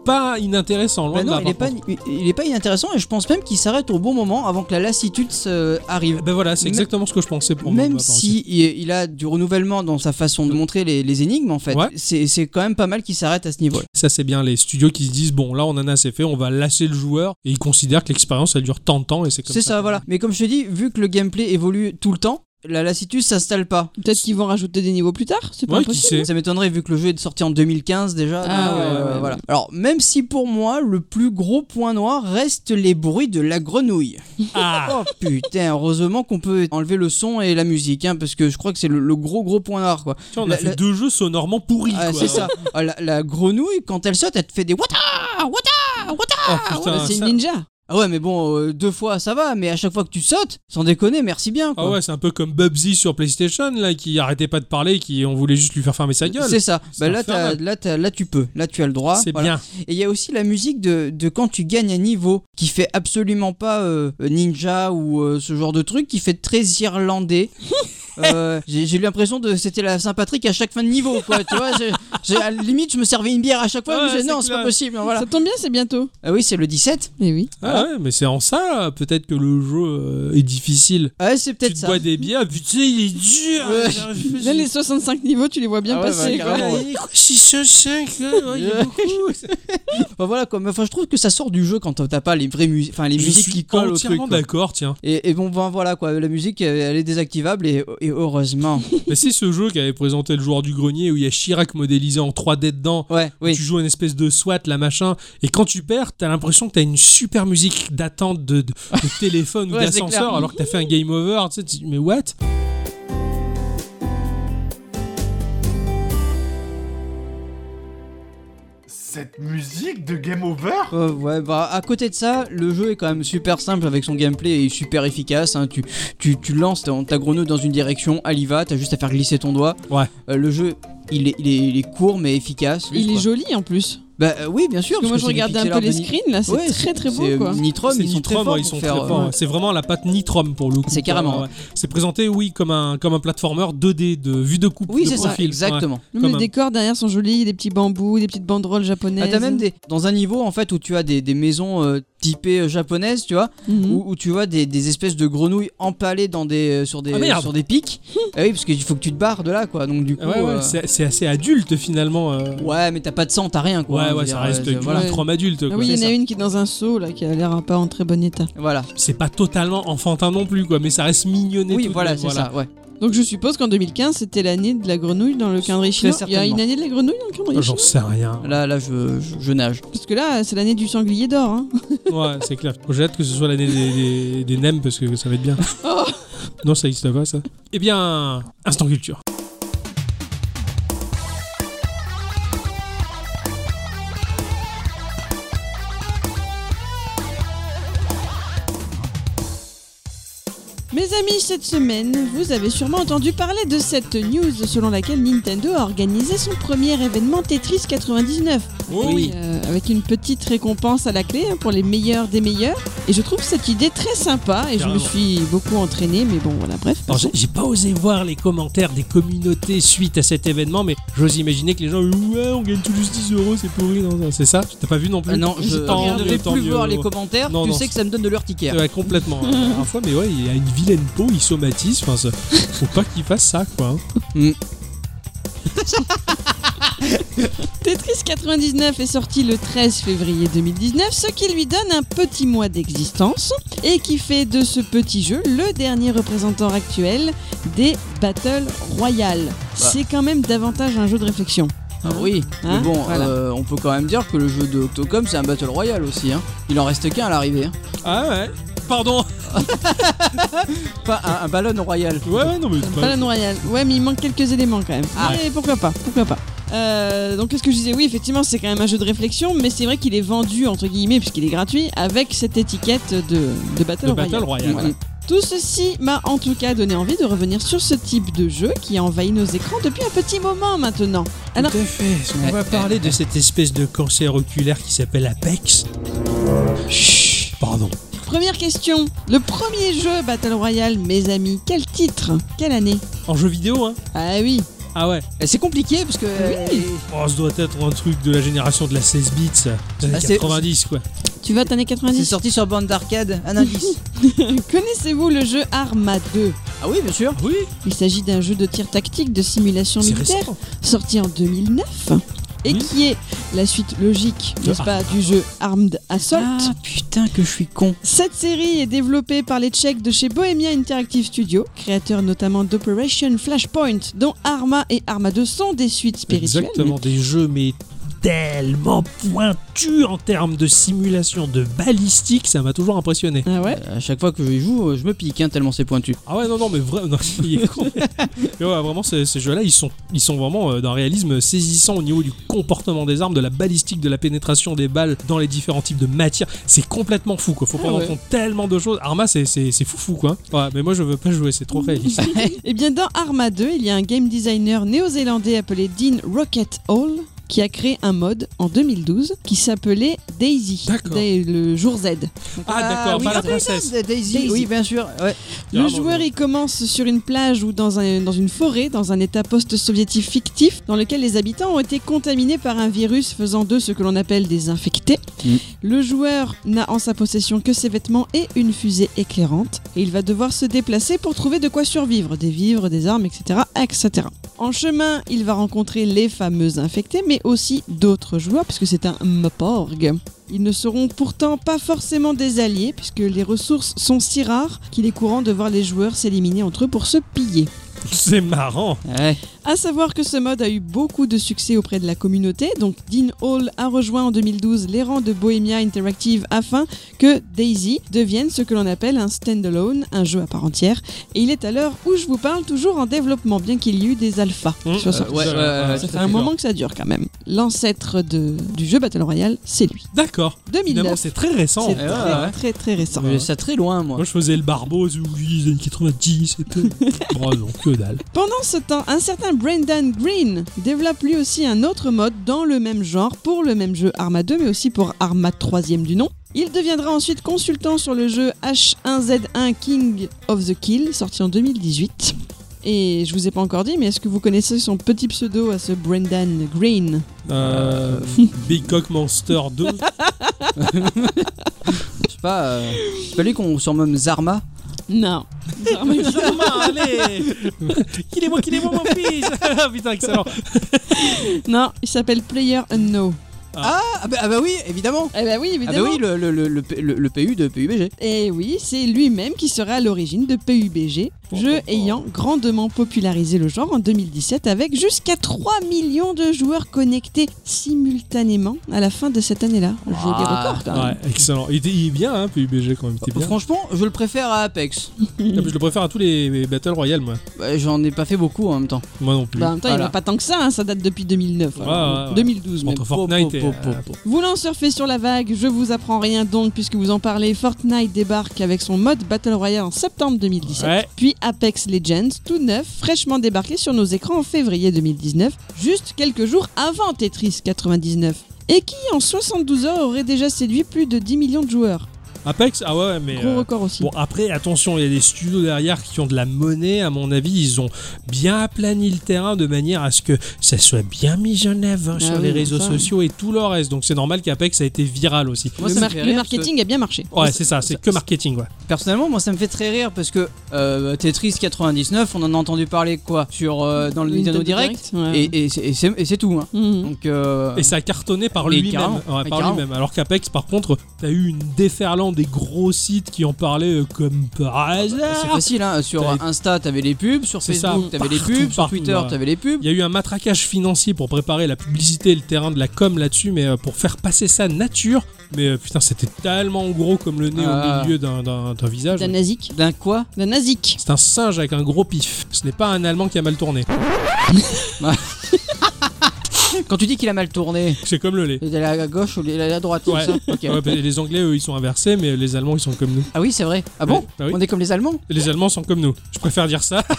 pas inintéressant. Loin de là, il est pas inintéressant et je pense même qu'il s'arrête au bon moment avant que la lassitude arrive. Ben voilà, c'est exactement ce que je pensais pour même si il a du renouvellement dans sa façon de montrer les énigmes en fait. Ouais. C'est quand même pas mal qu'il s'arrête à ce niveau. Ça c'est bien les studios qui se disent bon là on en a assez fait, on va lasser le joueur et ils considèrent que l'expérience elle dure tant de temps et c'est comme ça. C'est ça voilà. Mais comme je te dis, vu que le gameplay évolue tout le temps, la lassitude s'installe pas. Peut-être qu'ils vont rajouter des niveaux plus tard, c'est pas impossible. Ça m'étonnerait vu que le jeu est sorti en 2015 déjà. Voilà. Alors même si pour moi le plus gros point noir reste les bruits de la grenouille. Oh putain, heureusement qu'on peut enlever le son et la musique parce que je crois que c'est le gros point noir quoi. On a fait 2 jeux sonorement pourris quoi. C'est ça. La grenouille quand elle saute, elle te fait des wata. C'est une ninja. Ah ouais mais bon 2 fois ça va, mais à chaque fois que tu sautes, sans déconner, merci bien quoi. Ah ouais, c'est un peu comme Bubsy sur PlayStation là qui arrêtait pas de parler, on voulait juste lui faire fermer sa gueule. C'est ça. Là tu peux, là tu as le droit. C'est bien. Et il y a aussi la musique de quand tu gagnes un niveau qui fait absolument pas ninja ou ce genre de truc, qui fait très irlandais. J'ai eu l'impression c'était la Saint-Patrick à chaque fin de niveau quoi, tu vois. À la limite je me servais une bière à chaque fois, mais non c'est pas possible. Voilà. Ça tombe bien, c'est bientôt. Ah oui, c'est le 17. Et oui. Ah ouais, mais c'est en ça peut-être que le jeu est difficile. Ah ouais, c'est peut-être tu ça. Tu bois des bières, putain il est dur. Ouais. Là les 65 niveaux tu les vois bien passer. Quoi. 605 il y a beaucoup. Voilà quoi. Enfin je trouve que ça sort du jeu quand t'as pas les vraies musiques, enfin les musiques qui collent au truc. Je suis entièrement d'accord, tiens. Et bon voilà quoi, la musique elle est désactivable et heureusement. Mais c'est ce jeu qui avait présenté le joueur du grenier où il y a Chirac modélisé en 3D dedans. Ouais, oui. Tu joues une espèce de SWAT là machin, et quand tu perds t'as l'impression que t'as une super musique d'attente de téléphone ou d'ascenseur alors que t'as fait un game over, tu sais, mais what? Cette musique de Game Over ouais, bah à côté de ça, le jeu est quand même super simple avec son gameplay et super efficace. Tu lances ta grenouille dans une direction, elle y va, t'as juste à faire glisser ton doigt. Ouais. Le jeu, il est court mais efficace. Il est joli en plus. Bah oui, bien sûr. Parce que moi je regardais un peu les screens là, c'est très beau quoi. Nitrom, ils sont très forts. Ouais. C'est vraiment la patte Nitrom pour le coup. C'est carrément. Ouais. C'est présenté comme un platformer 2D de vue de coupe. Oui, de c'est profil. ça, exactement. Ouais. Les décors derrière sont jolis, des petits bambous, des petites banderoles japonaises. Ah, t'as même dans un niveau en fait où tu as des maisons typées japonaises, tu vois, où tu vois des espèces de grenouilles empalées sur des pics. Ah oui, parce qu'il faut que tu te barres de là quoi. Donc du coup c'est assez adulte finalement. Ouais, mais t'as pas de sang, t'as rien quoi. Ouais, ça reste Nitrom adulte quoi. Ah oui, il y en a une qui est dans un seau là qui a l'air pas en très bon état. Voilà. C'est pas totalement enfantin non plus quoi, mais ça reste mignonné. Oui, voilà, c'est ça, ouais. Donc je suppose qu'en 2015 c'était l'année de la grenouille dans le calendrier chinois. Il y a une année de la grenouille dans le calendrier chinois. J'en sais rien. Là je nage. Parce que là c'est l'année du sanglier d'or. Hein. Ouais, c'est clair. J'ai hâte que ce soit l'année des nems parce que ça va être bien. Oh. Non, ça existe pas ça. Eh bien, instant culture. Mes amis, cette semaine, vous avez sûrement entendu parler de cette news selon laquelle Nintendo a organisé son premier événement Tetris 99. Oh oui. Avec une petite récompense à la clé pour les meilleurs des meilleurs. Et je trouve cette idée très sympa et je me suis beaucoup entraîné, mais bon voilà, bref. Alors, j'ai pas osé voir les commentaires des communautés suite à cet événement, mais j'ose imaginer que les gens ouais, on gagne tout juste 10 €, c'est pourri, non, c'est ça? T'as pas vu non plus? Non, je ne vais plus voir les commentaires, tu sais que ça me donne de l'urticaire. Ouais, complètement. Parfois, mais ouais, il y a une vilaine peau, il somatise, enfin, faut pas qu'il fasse ça, quoi. Tetris 99 est sorti le 13 février 2019, ce qui lui donne un petit mois d'existence et qui fait de ce petit jeu le dernier représentant actuel des Battle Royale. C'est quand même davantage un jeu de réflexion. Ah oui, mais bon, voilà. On peut quand même dire que le jeu de Octocom c'est un Battle Royale aussi. Hein. Il en reste qu'un à l'arrivée. Ah ouais. Pardon. Pas un ballon royal. Ouais, non mais un ballon royal. Ouais, mais il manque quelques éléments quand même. Ah. Mais pourquoi pas. Donc qu'est-ce que je disais? Oui, effectivement, c'est quand même un jeu de réflexion, mais c'est vrai qu'il est vendu entre guillemets puisqu'il est gratuit avec cette étiquette de Battle Royale. Voilà. Tout ceci m'a en tout cas donné envie de revenir sur ce type de jeu qui a envahi nos écrans depuis un petit moment maintenant. Alors, tout à fait. On va parler de cette espèce de cancer oculaire qui s'appelle Apex. Chut, pardon. Première question. Le premier jeu Battle Royale, mes amis, quel titre? Quelle année? En jeu vidéo, hein? Ah oui. Ah ouais. Et c'est compliqué parce que. Oh, ça doit être un truc de la génération de la 16 bits, ça. Des années 90, quoi. Tu vas t'années 90. C'est sorti sur bande d'arcade, un indice. Connaissez-vous le jeu Arma 2? Ah oui, bien sûr. Oui. Il s'agit d'un jeu de tir tactique de simulation militaire récent. sorti en 2009 et qui est la suite logique, n'est-ce pas, du jeu Armed Assault. Ah putain que je suis con. Cette série est développée par les Tchèques de chez Bohemia Interactive Studio, créateurs notamment d'Operation Flashpoint, dont Arma et Arma 2 sont des suites spirituelles. Exactement, des jeux mais tellement pointus en termes de simulation, de balistique, ça m'a toujours impressionné. Ah ouais. À chaque fois que je y joue, je me pique tellement c'est pointu. Ah ouais, non, mais vraiment, il est con. Mais ouais, vraiment, ces jeux-là, ils sont vraiment d'un réalisme saisissant au niveau du comportement des armes, de la balistique, de la pénétration des balles dans les différents types de matières. C'est complètement fou, quoi. Faut prendre en compte tellement de choses. Arma, c'est fou, quoi. Ouais, mais moi, je veux pas jouer, c'est trop réaliste. Et bien, dans Arma 2, il y a un game designer néo-zélandais appelé Dean Rocket Hall qui a créé un mode en 2012 qui s'appelait Daisy, le jour Z. D'accord, pas la princesse. Daisy, oui, bien sûr. Ouais. Le joueur il commence sur une plage ou dans une forêt, dans un état post-soviétique fictif, dans lequel les habitants ont été contaminés par un virus faisant d'eux ce que l'on appelle des infectés. Le joueur n'a en sa possession que ses vêtements et une fusée éclairante, et il va devoir se déplacer pour trouver de quoi survivre, des vivres, des armes, etc., etc. En chemin, il va rencontrer les fameux infectés, mais aussi d'autres joueurs, puisque c'est un Mporg. Ils ne seront pourtant pas forcément des alliés, puisque les ressources sont si rares qu'il est courant de voir les joueurs s'éliminer entre eux pour se piller. C'est marrant. Ouais. À savoir que ce mode a eu beaucoup de succès auprès de la communauté, donc Dean Hall a rejoint en 2012 les rangs de Bohemia Interactive afin que Daisy devienne ce que l'on appelle un standalone, un jeu à part entière, et il est à l'heure où je vous parle toujours en développement, bien qu'il y ait eu des alphas. Ça fait un moment que ça dure quand même. L'ancêtre du jeu Battle Royale, c'est lui. D'accord. 2009. Finalement, c'est très récent. C'est très récent. Je ça très loin, moi. Moi, je faisais le Barbose, oui, les années 90, c'était... Bon, non, que dalle. Pendant ce temps, un certain Brendan Green développe lui aussi un autre mode dans le même genre pour le même jeu Arma 2, mais aussi pour Arma 3e du nom. Il deviendra ensuite consultant sur le jeu H1Z1 King of the Kill, sorti en 2018. Et je vous ai pas encore dit, mais est-ce que vous connaissez son petit pseudo à ce Brendan Green? Big Cock Monster 2. Je sais pas, c'est pas lui qu'on surnomme Zarma? Non. Allez. Qu'il est moi, mon fils. Putain, excellent. Non, il s'appelle Player Unknown. Ah bah oui, évidemment. Eh bah oui, évidemment. Ah bah oui, le PU de PUBG. Et oui, c'est lui-même qui sera à l'origine de PUBG, jeu ayant grandement popularisé le genre en 2017 avec jusqu'à 3 millions de joueurs connectés simultanément à la fin de cette année-là. Joli record quand même. Ouais, excellent. Il est bien, hein, PUBG quand même. Bien. Franchement, je le préfère à Apex. Je le préfère à tous les Battle Royale, moi. Bah, j'en ai pas fait beaucoup en même temps. Moi non plus. Bah, en même temps, il n'y en a pas tant que ça, hein, ça date depuis 2009. Ouais. 2012 même. Entre Fortnite et... Voulant surfer sur la vague, je vous apprends rien donc puisque vous en parlez, Fortnite débarque avec son mode Battle Royale en septembre 2017, puis Apex Legends, tout neuf, fraîchement débarqué sur nos écrans en février 2019, juste quelques jours avant Tetris 99, et qui en 72 heures aurait déjà séduit plus de 10 millions de joueurs. Apex, ah ouais, mais... Gros record aussi. Bon, après, attention, il y a des studios derrière qui ont de la monnaie. À mon avis, ils ont bien aplani le terrain de manière à ce que ça soit bien mis en avant sur les réseaux sociaux et tout le reste. Donc c'est normal qu'Apex a été viral aussi. Moi, le marketing a bien marché. Ouais, c'est ça, c'est que marketing, ouais. Personnellement, moi, ça me fait très rire parce que Tetris 99, on en a entendu parler quoi dans le Nintendo Direct, et c'est tout. Hein. Donc, et ça a cartonné par lui-même. Lui-même. Alors qu'Apex, par contre, t'as eu une déferlante des gros sites qui en parlaient comme par hasard. C'est facile, hein. Sur Insta, t'avais les pubs, sur Facebook, t'avais les pubs, sur Twitter, t'avais les pubs. Il y a eu un matraquage financier pour préparer la publicité et le terrain de la com là-dessus, mais pour faire passer ça nature. Mais putain, c'était tellement gros comme le nez au milieu d'un visage. D'un nazik. D'un quoi? D'un nazik. C'est un singe avec un gros pif. Ce n'est pas un Allemand qui a mal tourné. Quand tu dis qu'il a mal tourné, c'est comme le lait. Il est à la gauche ou il est à la droite, ouais. Ça okay. Ouais, les Anglais, eux, ils sont inversés, mais les Allemands, ils sont comme nous. Ah oui, c'est vrai. Ah bon? Bah oui. On est comme les Allemands? Les Allemands sont comme nous. Je préfère dire ça.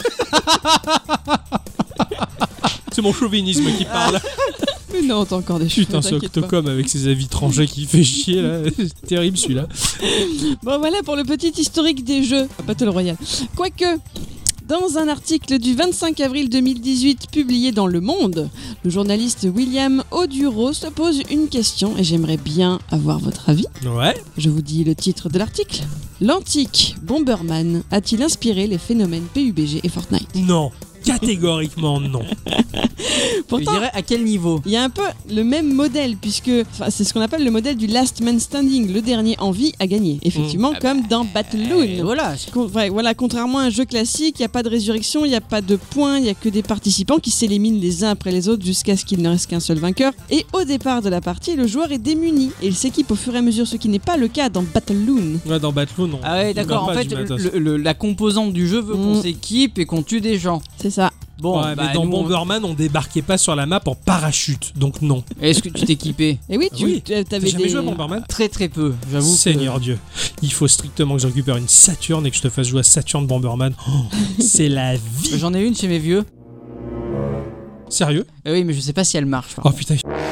C'est mon chauvinisme qui parle. Mais non, t'as encore des choses. Putain, ce Octocom avec ses avis tranchés qui fait chier là. C'est terrible celui-là. Bon, voilà pour le petit historique des jeux Battle Royale. Quoique, Dans un article du 25 avril 2018 publié dans Le Monde, le journaliste William Oduro se pose une question et j'aimerais bien avoir votre avis. Ouais. Je vous dis le titre de l'article. L'antique Bomberman a-t-il inspiré les phénomènes PUBG et Fortnite ? Non. Catégoriquement non. Pourtant, je dirais à quel niveau ? Il y a un peu le même modèle puisque c'est ce qu'on appelle le modèle du last man standing, le dernier en vie a gagné. Effectivement, comme dans Battleloon. Voilà, contrairement à un jeu classique, il n'y a pas de résurrection, il n'y a pas de points, il n'y a que des participants qui s'éliminent les uns après les autres jusqu'à ce qu'il ne reste qu'un seul vainqueur. Et au départ de la partie, le joueur est démuni et il s'équipe au fur et à mesure, ce qui n'est pas le cas dans Battleloon. Ouais, dans Battleloon, non. Ah ouais, d'accord. En fait, la composante du jeu veut qu'on s'équipe et qu'on tue des gens. C'est ça. Bon, ouais, mais dans Bomberman, on débarquait pas sur la map en parachute, donc non. Est-ce que tu t'équipais ? Eh oui, t'avais jamais joué à Bomberman ? Très peu, j'avoue. Seigneur Dieu, il faut strictement que je récupère une Saturn et que je te fasse jouer à Saturn Bomberman. Oh, c'est la vie. J'en ai une chez mes vieux. Sérieux ? Oui, mais je sais pas si elle marche. Oh putain.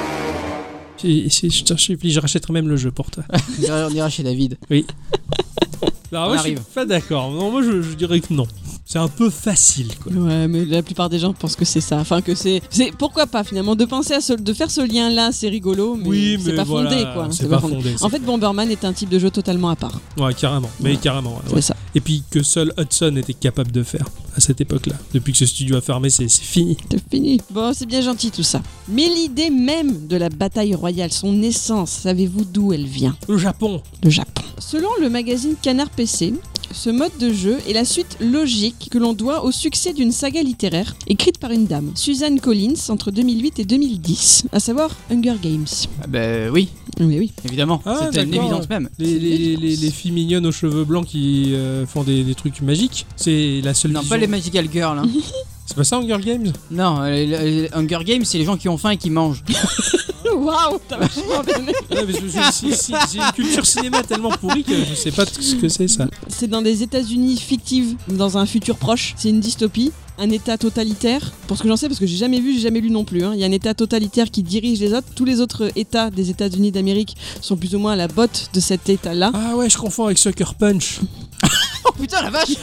Je rachèterai même le jeu pour toi. On ira chez David. Oui. Alors moi, je suis pas d'accord. Non, moi, je dirais que non. C'est un peu facile, quoi. Ouais, mais la plupart des gens pensent que c'est ça. Enfin, que c'est pourquoi pas finalement de penser à de faire ce lien-là, c'est rigolo, mais c'est pas fondé, quoi. C'est pas fondé. En fait, Bomberman est un type de jeu totalement à part. Ouais, carrément. Mais carrément. Ouais. C'est ça. Et puis que seul Hudson était capable de faire à cette époque-là. Depuis que ce studio a fermé, c'est fini. C'est fini. Bon, c'est bien gentil tout ça. Mais l'idée même de la bataille royale, son essence, savez-vous d'où elle vient ? Le Japon. Le Japon. Selon le magazine Canard PC, ce mode de jeu est la suite logique que l'on doit au succès d'une saga littéraire écrite par une dame, Suzanne Collins, entre 2008 et 2010, à savoir Hunger Games. Ah bah oui. Oui. Évidemment, c'était une évidence même. Les filles mignonnes aux cheveux blancs qui font des trucs magiques, c'est la seule. Non, vision. Pas les Magical Girls. Hein. C'est pas ça Hunger Games ? Non, les Hunger Games, c'est les gens qui ont faim et qui mangent. Waouh, t'as vachement bien. Ouais, j'ai une culture cinéma tellement pourrie que je sais pas ce que c'est ça. C'est dans des États-Unis fictifs, dans un futur proche. C'est une dystopie. Un état totalitaire, pour ce que j'en sais, parce que j'ai jamais vu, j'ai jamais lu non plus. Il y a un état totalitaire qui dirige les autres. Tous les autres états des États-Unis d'Amérique sont plus ou moins à la botte de cet état-là. Ah ouais, je confonds avec Sucker Punch. Oh putain, la vache.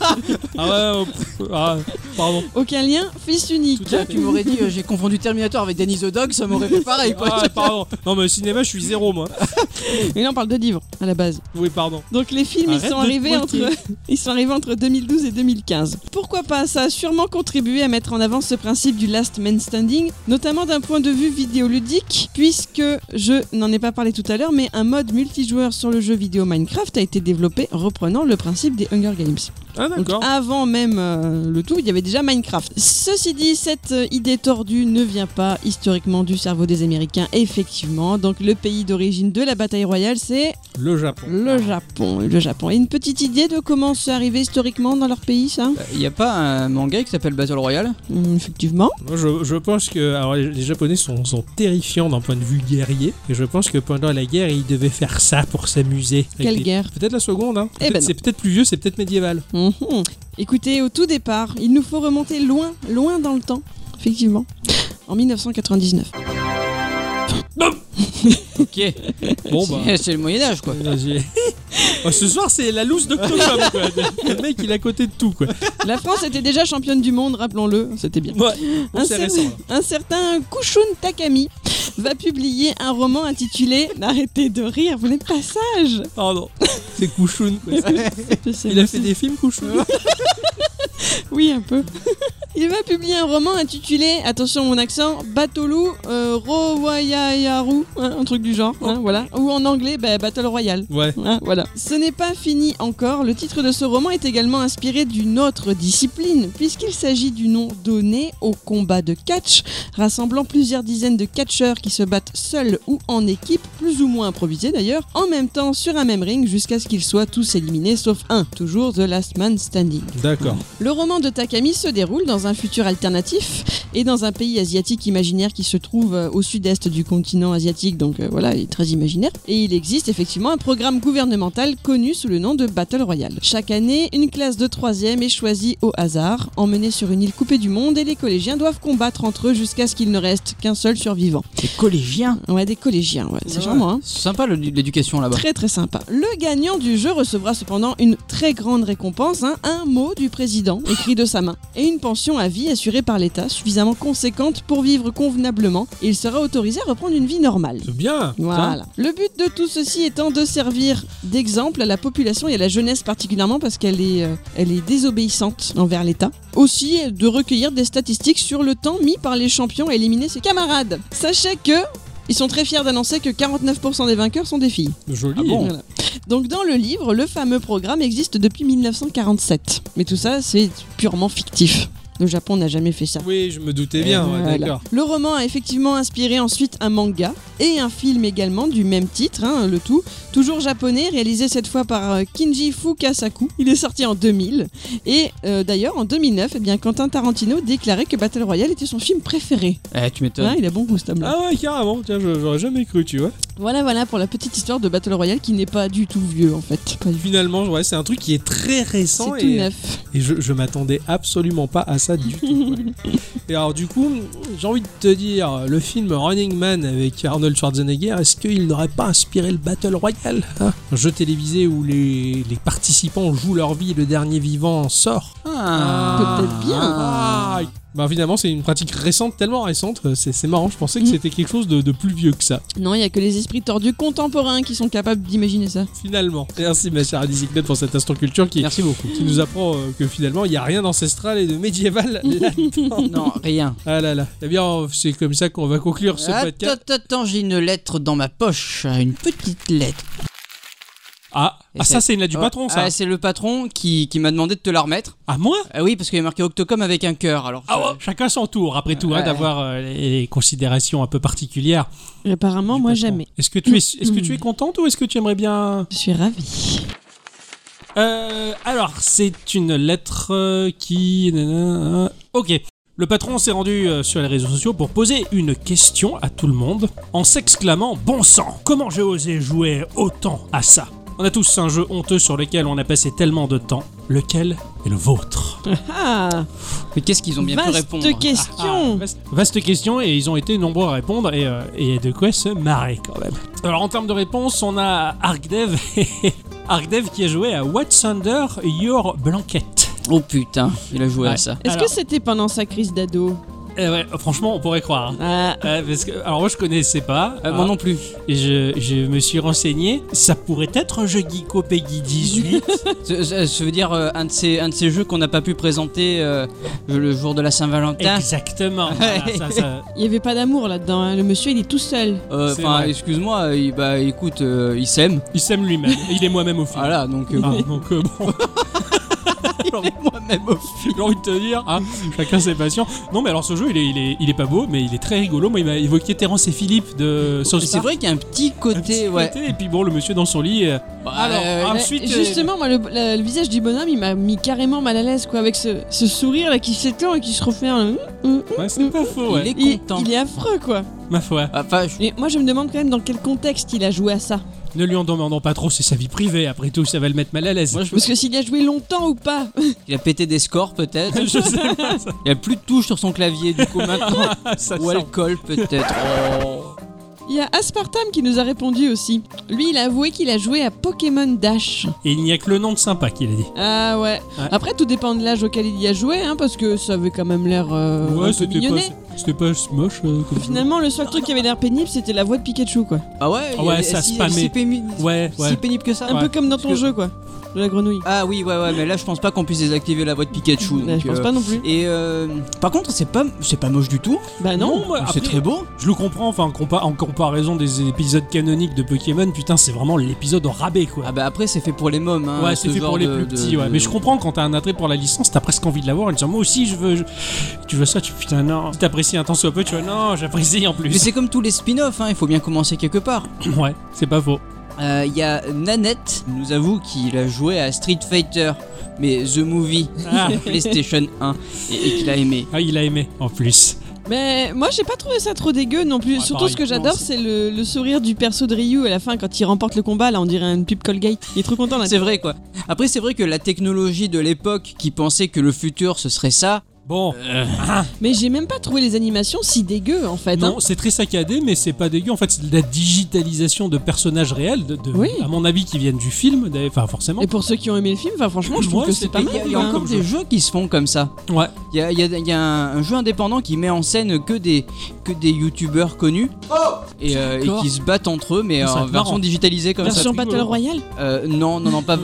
Pardon. Aucun lien, fils unique. Tu m'aurais dit j'ai confondu Terminator avec Danny the Dog, ça m'aurait fait pareil quoi. Pardon. Non mais au cinéma je suis zéro moi. Mais là on parle de livres à la base. Oui pardon. Donc les films ils sont arrivés entre 2012 et 2015. Pourquoi pas ? Ça a sûrement contribué à mettre en avant ce principe du last man standing, notamment d'un point de vue vidéoludique, puisque je n'en ai pas parlé tout à l'heure, mais un mode multijoueur sur le jeu vidéo Minecraft a été développé reprenant le principe des Hunger Games. Ah d'accord. Donc, avant même le tout, il y avait déjà Minecraft. Ceci dit, cette idée tordue ne vient pas historiquement du cerveau des Américains, effectivement. Donc le pays d'origine de la bataille royale, c'est... Le Japon. Le Japon. Et une petite idée de comment c'est arrivé historiquement dans leur pays, ça ? Il n'y a pas un manga qui s'appelle Battle Royale ? Effectivement. Moi, je pense que alors, les Japonais sont terrifiants d'un point de vue guerrier. Et je pense que pendant la guerre, ils devaient faire ça pour s'amuser. Quelle guerre ? Peut-être la seconde, hein. C'est peut-être plus vieux, c'est peut-être médiéval. Écoutez, au tout départ, il nous faut remonter loin dans le temps, effectivement, en 1999. Ok. Bon bah. C'est le Moyen-Âge quoi. Ce soir c'est la loose d'Octocom quoi. Le mec il est à côté de tout quoi. La France était déjà championne du monde, rappelons-le, c'était bien. Ouais, un certain Kushun Takami va publier un roman intitulé Arrêtez de rire, vous n'êtes pas sage. Pardon, c'est Kushun quoi. Il a fait des films Kushun. Oui, un peu. Il va publier un roman intitulé, attention mon accent, Batolu Rowayayaru, un truc du genre, voilà. Ou en anglais, Battle Royale. Ouais. Voilà. Ce n'est pas fini encore. Le titre de ce roman est également inspiré d'une autre discipline, puisqu'il s'agit du nom donné au combat de catch, rassemblant plusieurs dizaines de catcheurs qui se battent seuls ou en équipe, plus ou moins improvisés d'ailleurs, en même temps sur un même ring jusqu'à ce qu'ils soient tous éliminés sauf un, toujours The Last Man Standing. D'accord. Le roman de Takami se déroule dans un futur alternatif et dans un pays asiatique imaginaire qui se trouve au sud-est du continent asiatique, donc voilà, il est très imaginaire. Et il existe effectivement un programme gouvernemental connu sous le nom de Battle Royale. Chaque année, une classe de 3e est choisie au hasard, emmenée sur une île coupée du monde, et les collégiens doivent combattre entre eux jusqu'à ce qu'il ne reste qu'un seul survivant. Des collégiens ? Ouais, des collégiens, ouais, c'est charmant. Hein. C'est sympa l'éducation là-bas. Très très sympa. Le gagnant du jeu recevra cependant une très grande récompense, un mot du président, écrit de sa main, et une pension à vie assurée par l'État, suffisamment conséquente pour vivre convenablement, et il sera autorisé à reprendre une vie normale. C'est bien. Voilà. Le but de tout ceci étant de servir d'exemple à la population et à la jeunesse particulièrement parce qu'elle est désobéissante envers l'État. Aussi de recueillir des statistiques sur le temps mis par les champions à éliminer ses camarades. Sachez que ils sont très fiers d'annoncer que 49% des vainqueurs sont des filles. Joli. Ah bon. Voilà. Donc dans le livre, le fameux programme existe depuis 1947. Mais tout ça, c'est purement fictif. Le Japon n'a jamais fait ça. Oui, je me doutais bien, Voilà. d'accord. Le roman a effectivement inspiré ensuite un manga et un film également du même titre, le tout, toujours japonais, réalisé cette fois par Kinji Fukasaku. Il est sorti en 2000 et d'ailleurs en 2009, Quentin Tarantino déclarait que Battle Royale était son film préféré. Tu m'étonnes. Il a bon goût cet homme-là. Ah ouais, carrément, tiens, j'aurais jamais cru, tu vois. Voilà pour la petite histoire de Battle Royale qui n'est pas du tout vieux en fait. Pas du tout. Finalement, ouais, c'est un truc qui est très récent C'est tout neuf. Et je m'attendais absolument pas à ça du tout. Quoi. Et alors du coup, j'ai envie de te dire, le film Running Man avec Arnold Schwarzenegger, est-ce qu'il n'aurait pas inspiré le Battle Royale, hein? Un jeu télévisé où les participants jouent leur vie et le dernier vivant sort. Peut-être bien. Bah finalement c'est une pratique récente, tellement récente, c'est marrant, je pensais que c'était quelque chose de plus vieux que ça. Non, il n'y a que les esprits tordus contemporains qui sont capables d'imaginer ça. Finalement. Merci ma chère Adicyclette pour cette instant culture Merci beaucoup. qui nous apprend que finalement il n'y a rien d'ancestral et de médiéval là-dedans. Non, rien. Ah là là. Eh bien c'est comme ça qu'on va conclure ce podcast. Attends, j'ai une lettre dans ma poche, une petite lettre. Ça c'est une lettre du patron ça. C'est le patron qui m'a demandé de te la remettre. À moi? Oui, parce qu'il y a marqué Octocom avec un cœur. Alors chacun son tour après tout, d'avoir les considérations un peu particulières. Et apparemment, moi patron. jamais. Est-ce que tu es contente ou est-ce que tu aimerais bien... Je suis ravie. Alors c'est une lettre qui... Ok. Le patron s'est rendu sur les réseaux sociaux pour poser une question à tout le monde en s'exclamant « Bon sang, comment j'ai osé jouer autant à ça ?» On a tous un jeu honteux sur lequel on a passé tellement de temps. Lequel est le vôtre? Mais qu'est-ce qu'ils ont bien pu répondre? Vaste question. Vaste question et ils ont été nombreux à répondre et de quoi se marrer quand même. Alors en termes de réponse, on a Arkdev Arkdev qui a joué à What's Under Your Blanket. Oh putain, il a joué à ça. Est-ce que c'était pendant sa crise d'ado? Ouais, franchement, on pourrait croire. Parce que, alors moi, je connaissais pas. Moi non plus. Et je me suis renseigné. Ça pourrait être un jeu Geeko Peggy 18. Je veux dire, un de ces jeux qu'on n'a pas pu présenter le jour de la Saint-Valentin. Exactement. Voilà, ça. Il n'y avait pas d'amour là-dedans. Hein. Le monsieur, il est tout seul. Excuse-moi, écoute, il s'aime. Il s'aime lui-même. Il est moi-même au film. Voilà, donc bon. J'ai envie de te dire, chacun ses passions. Non, mais alors ce jeu, il est pas beau, mais il est très rigolo. Moi, il m'a évoqué Terrence et Philippe de South Park. C'est vrai qu'il y a un petit côté, et puis bon, le monsieur dans son lit. Ensuite, justement, moi, le visage du bonhomme, il m'a mis carrément mal à l'aise, quoi, avec ce sourire là qui s'étend et qui se referme. Ouais, c'est pas faux. Ouais. Il est content. Il est affreux, quoi. Ma foi. Et moi, je me demande quand même dans quel contexte il a joué à ça. Ne lui en demandons pas trop, c'est sa vie privée. Après tout, ça va le mettre mal à l'aise. Parce que s'il a joué longtemps ou pas. Il a pété des scores peut-être. Je sais pas ça. Il n'y a plus de touches sur son clavier du coup maintenant. Ou alcool peut-être. Il y a Aspartam qui nous a répondu aussi. Lui, il a avoué qu'il a joué à Pokémon Dash. Et il n'y a que le nom de sympa qu'il a dit. Ah ouais. Après, tout dépend de l'âge auquel il y a joué, parce que ça avait quand même l'air mignonné. C'était pas moche. Finalement, le seul truc qui avait l'air pénible, c'était la voix de Pikachu, quoi. Ah ouais. Ça spammait. Si pénible que ça. Un peu comme dans ton jeu, quoi. De la grenouille. Ah oui, ouais, mais là je pense pas qu'on puisse désactiver la voix de Pikachu. Donc, je pense pas non plus. Et par contre, c'est pas moche du tout. Bah non, c'est très beau. Je le comprends, enfin en comparaison des épisodes canoniques de Pokémon, putain, c'est vraiment l'épisode au rabais, quoi. Ah bah après, c'est fait pour les mômes. Ouais, c'est fait pour les plus petits, ouais. Mais je comprends quand t'as un attrait pour la licence, t'as presque envie de l'avoir et de dire moi aussi je veux. Tu veux ça, putain non. Si t'apprécies un tant soit peu, tu vois non, j'apprécie en plus. Mais c'est comme tous les spin-offs, il faut bien commencer quelque part. Ouais, c'est pas faux. Il y a Nanette, il nous avoue qu'il a joué à Street Fighter, mais The Movie, PlayStation 1, et qu'il a aimé. Ah, il a aimé en plus. Mais moi j'ai pas trouvé ça trop dégueu non plus. Surtout ce que j'adore c'est le sourire du perso de Ryu à la fin quand il remporte le combat. Là on dirait une pub Colgate. Il est trop content là. C'est vrai quoi. Après c'est vrai que la technologie de l'époque qui pensait que le futur ce serait ça. Bon. Mais j'ai même pas trouvé les animations si dégueu en fait. Non, c'est très saccadé, mais c'est pas dégueu. En fait, c'est de la digitalisation de personnages réels, oui. à mon avis, qui viennent du film, enfin forcément. Et pour ceux qui ont aimé le film, franchement, je trouve que c'est pas mal. Il y a encore des jeux qui se font comme ça. Ouais. Il y a un jeu indépendant qui met en scène que des youtubeurs connus et qui se battent entre eux, mais en version digitalisée comme version ça. Battle Royale. Non,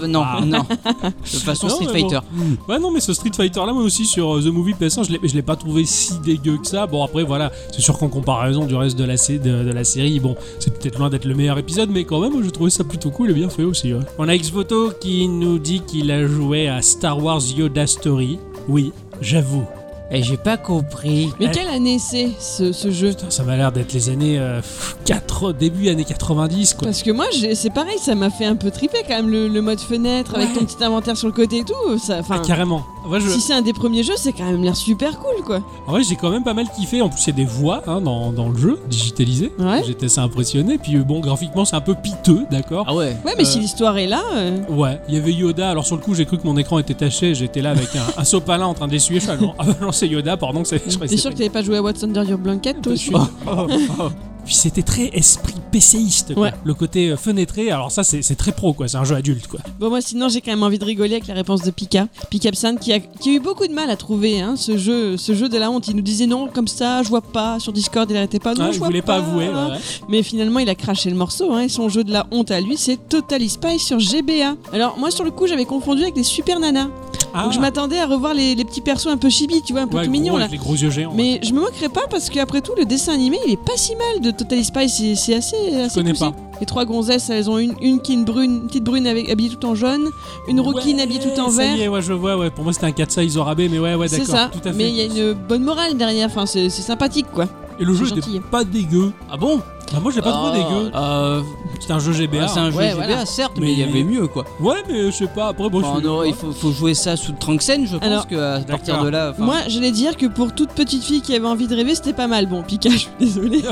de façon Street Fighter. Ouais, non, mais ce Street Fighter là, moi aussi sur The Movie PS1, je l'ai pas trouvé si dégueu que ça. Bon, après voilà, c'est sûr qu'en comparaison du reste de la série, bon, c'est peut-être loin d'être le meilleur épisode, mais quand même, je trouvais ça plutôt cool et bien fait aussi. Ouais. On a Xvoto qui nous dit qu'il a joué à Star Wars Yoda Story. Oui, j'avoue. Et j'ai pas compris. Mais quelle année c'est ce jeu? Putain, ça m'a l'air d'être les années début années 90 quoi. Parce que moi c'est pareil, ça m'a fait un peu triper quand même le mode fenêtre avec ton petit inventaire sur le côté et tout. Ça, carrément. Ouais, si c'est un des premiers jeux, c'est quand même l'air super cool quoi. En vrai, j'ai quand même pas mal kiffé. En plus, il y a des voix dans le jeu digitalisées. Ouais. J'étais assez impressionné. Puis bon, graphiquement, c'est un peu piteux, d'accord. Ah ouais. Ouais, mais si l'histoire est là. Ouais, il y avait Yoda. Alors sur le coup, j'ai cru que mon écran était taché. J'étais là avec un sopalin en train de l'essuyer. Je suis non, c'est Yoda, pardon. T'es sûr que t'avais pas joué à What's Under Your Blanket toi aussi? Puis c'était très esprit PCiste, quoi. Ouais. Le côté fenêtré, alors ça c'est très pro quoi, c'est un jeu adulte quoi. Bon moi sinon j'ai quand même envie de rigoler avec la réponse de Pika Absinthe qui a eu beaucoup de mal à trouver ce jeu de la honte. Il nous disait non comme ça, je vois pas sur Discord, il arrêtait pas, non je vois voulait pas avouer. Ouais. Mais finalement il a craché le morceau et son jeu de la honte à lui c'est Totally Spies sur GBA. Alors moi sur le coup j'avais confondu avec des Super Nanas. Donc je m'attendais à revoir les petits persos un peu chibi, tu vois, un peu tout mignons là. Avec les gros yeux géants. Mais je me moquerai pas parce qu'après tout le dessin animé il est pas si mal de Totally Spies, c'est assez connais poussé. pas. Les trois gonzesses, elles ont une qui est une petite brune habillée tout en jaune, une rouquine habillée tout en vert. Ça y est, je vois, ouais. Pour moi c'était un 4 size au rabais, mais ouais, d'accord. C'est ça, tout à fait. mais il y a une bonne morale derrière, enfin c'est sympathique quoi. Et le jeu était pas dégueu. Ah bon? Bah moi je l'ai pas trouvé dégueu. C'est un jeu GBA. C'est un jeu GBA certes, mais il y avait mieux quoi. Ouais, mais je sais pas, après bon, il faut jouer ça sous Tranxen, je pense qu'à partir de là. Moi j'allais dire que pour toute petite fille qui avait envie de rêver c'était pas mal. Bon Pika, je suis désolé.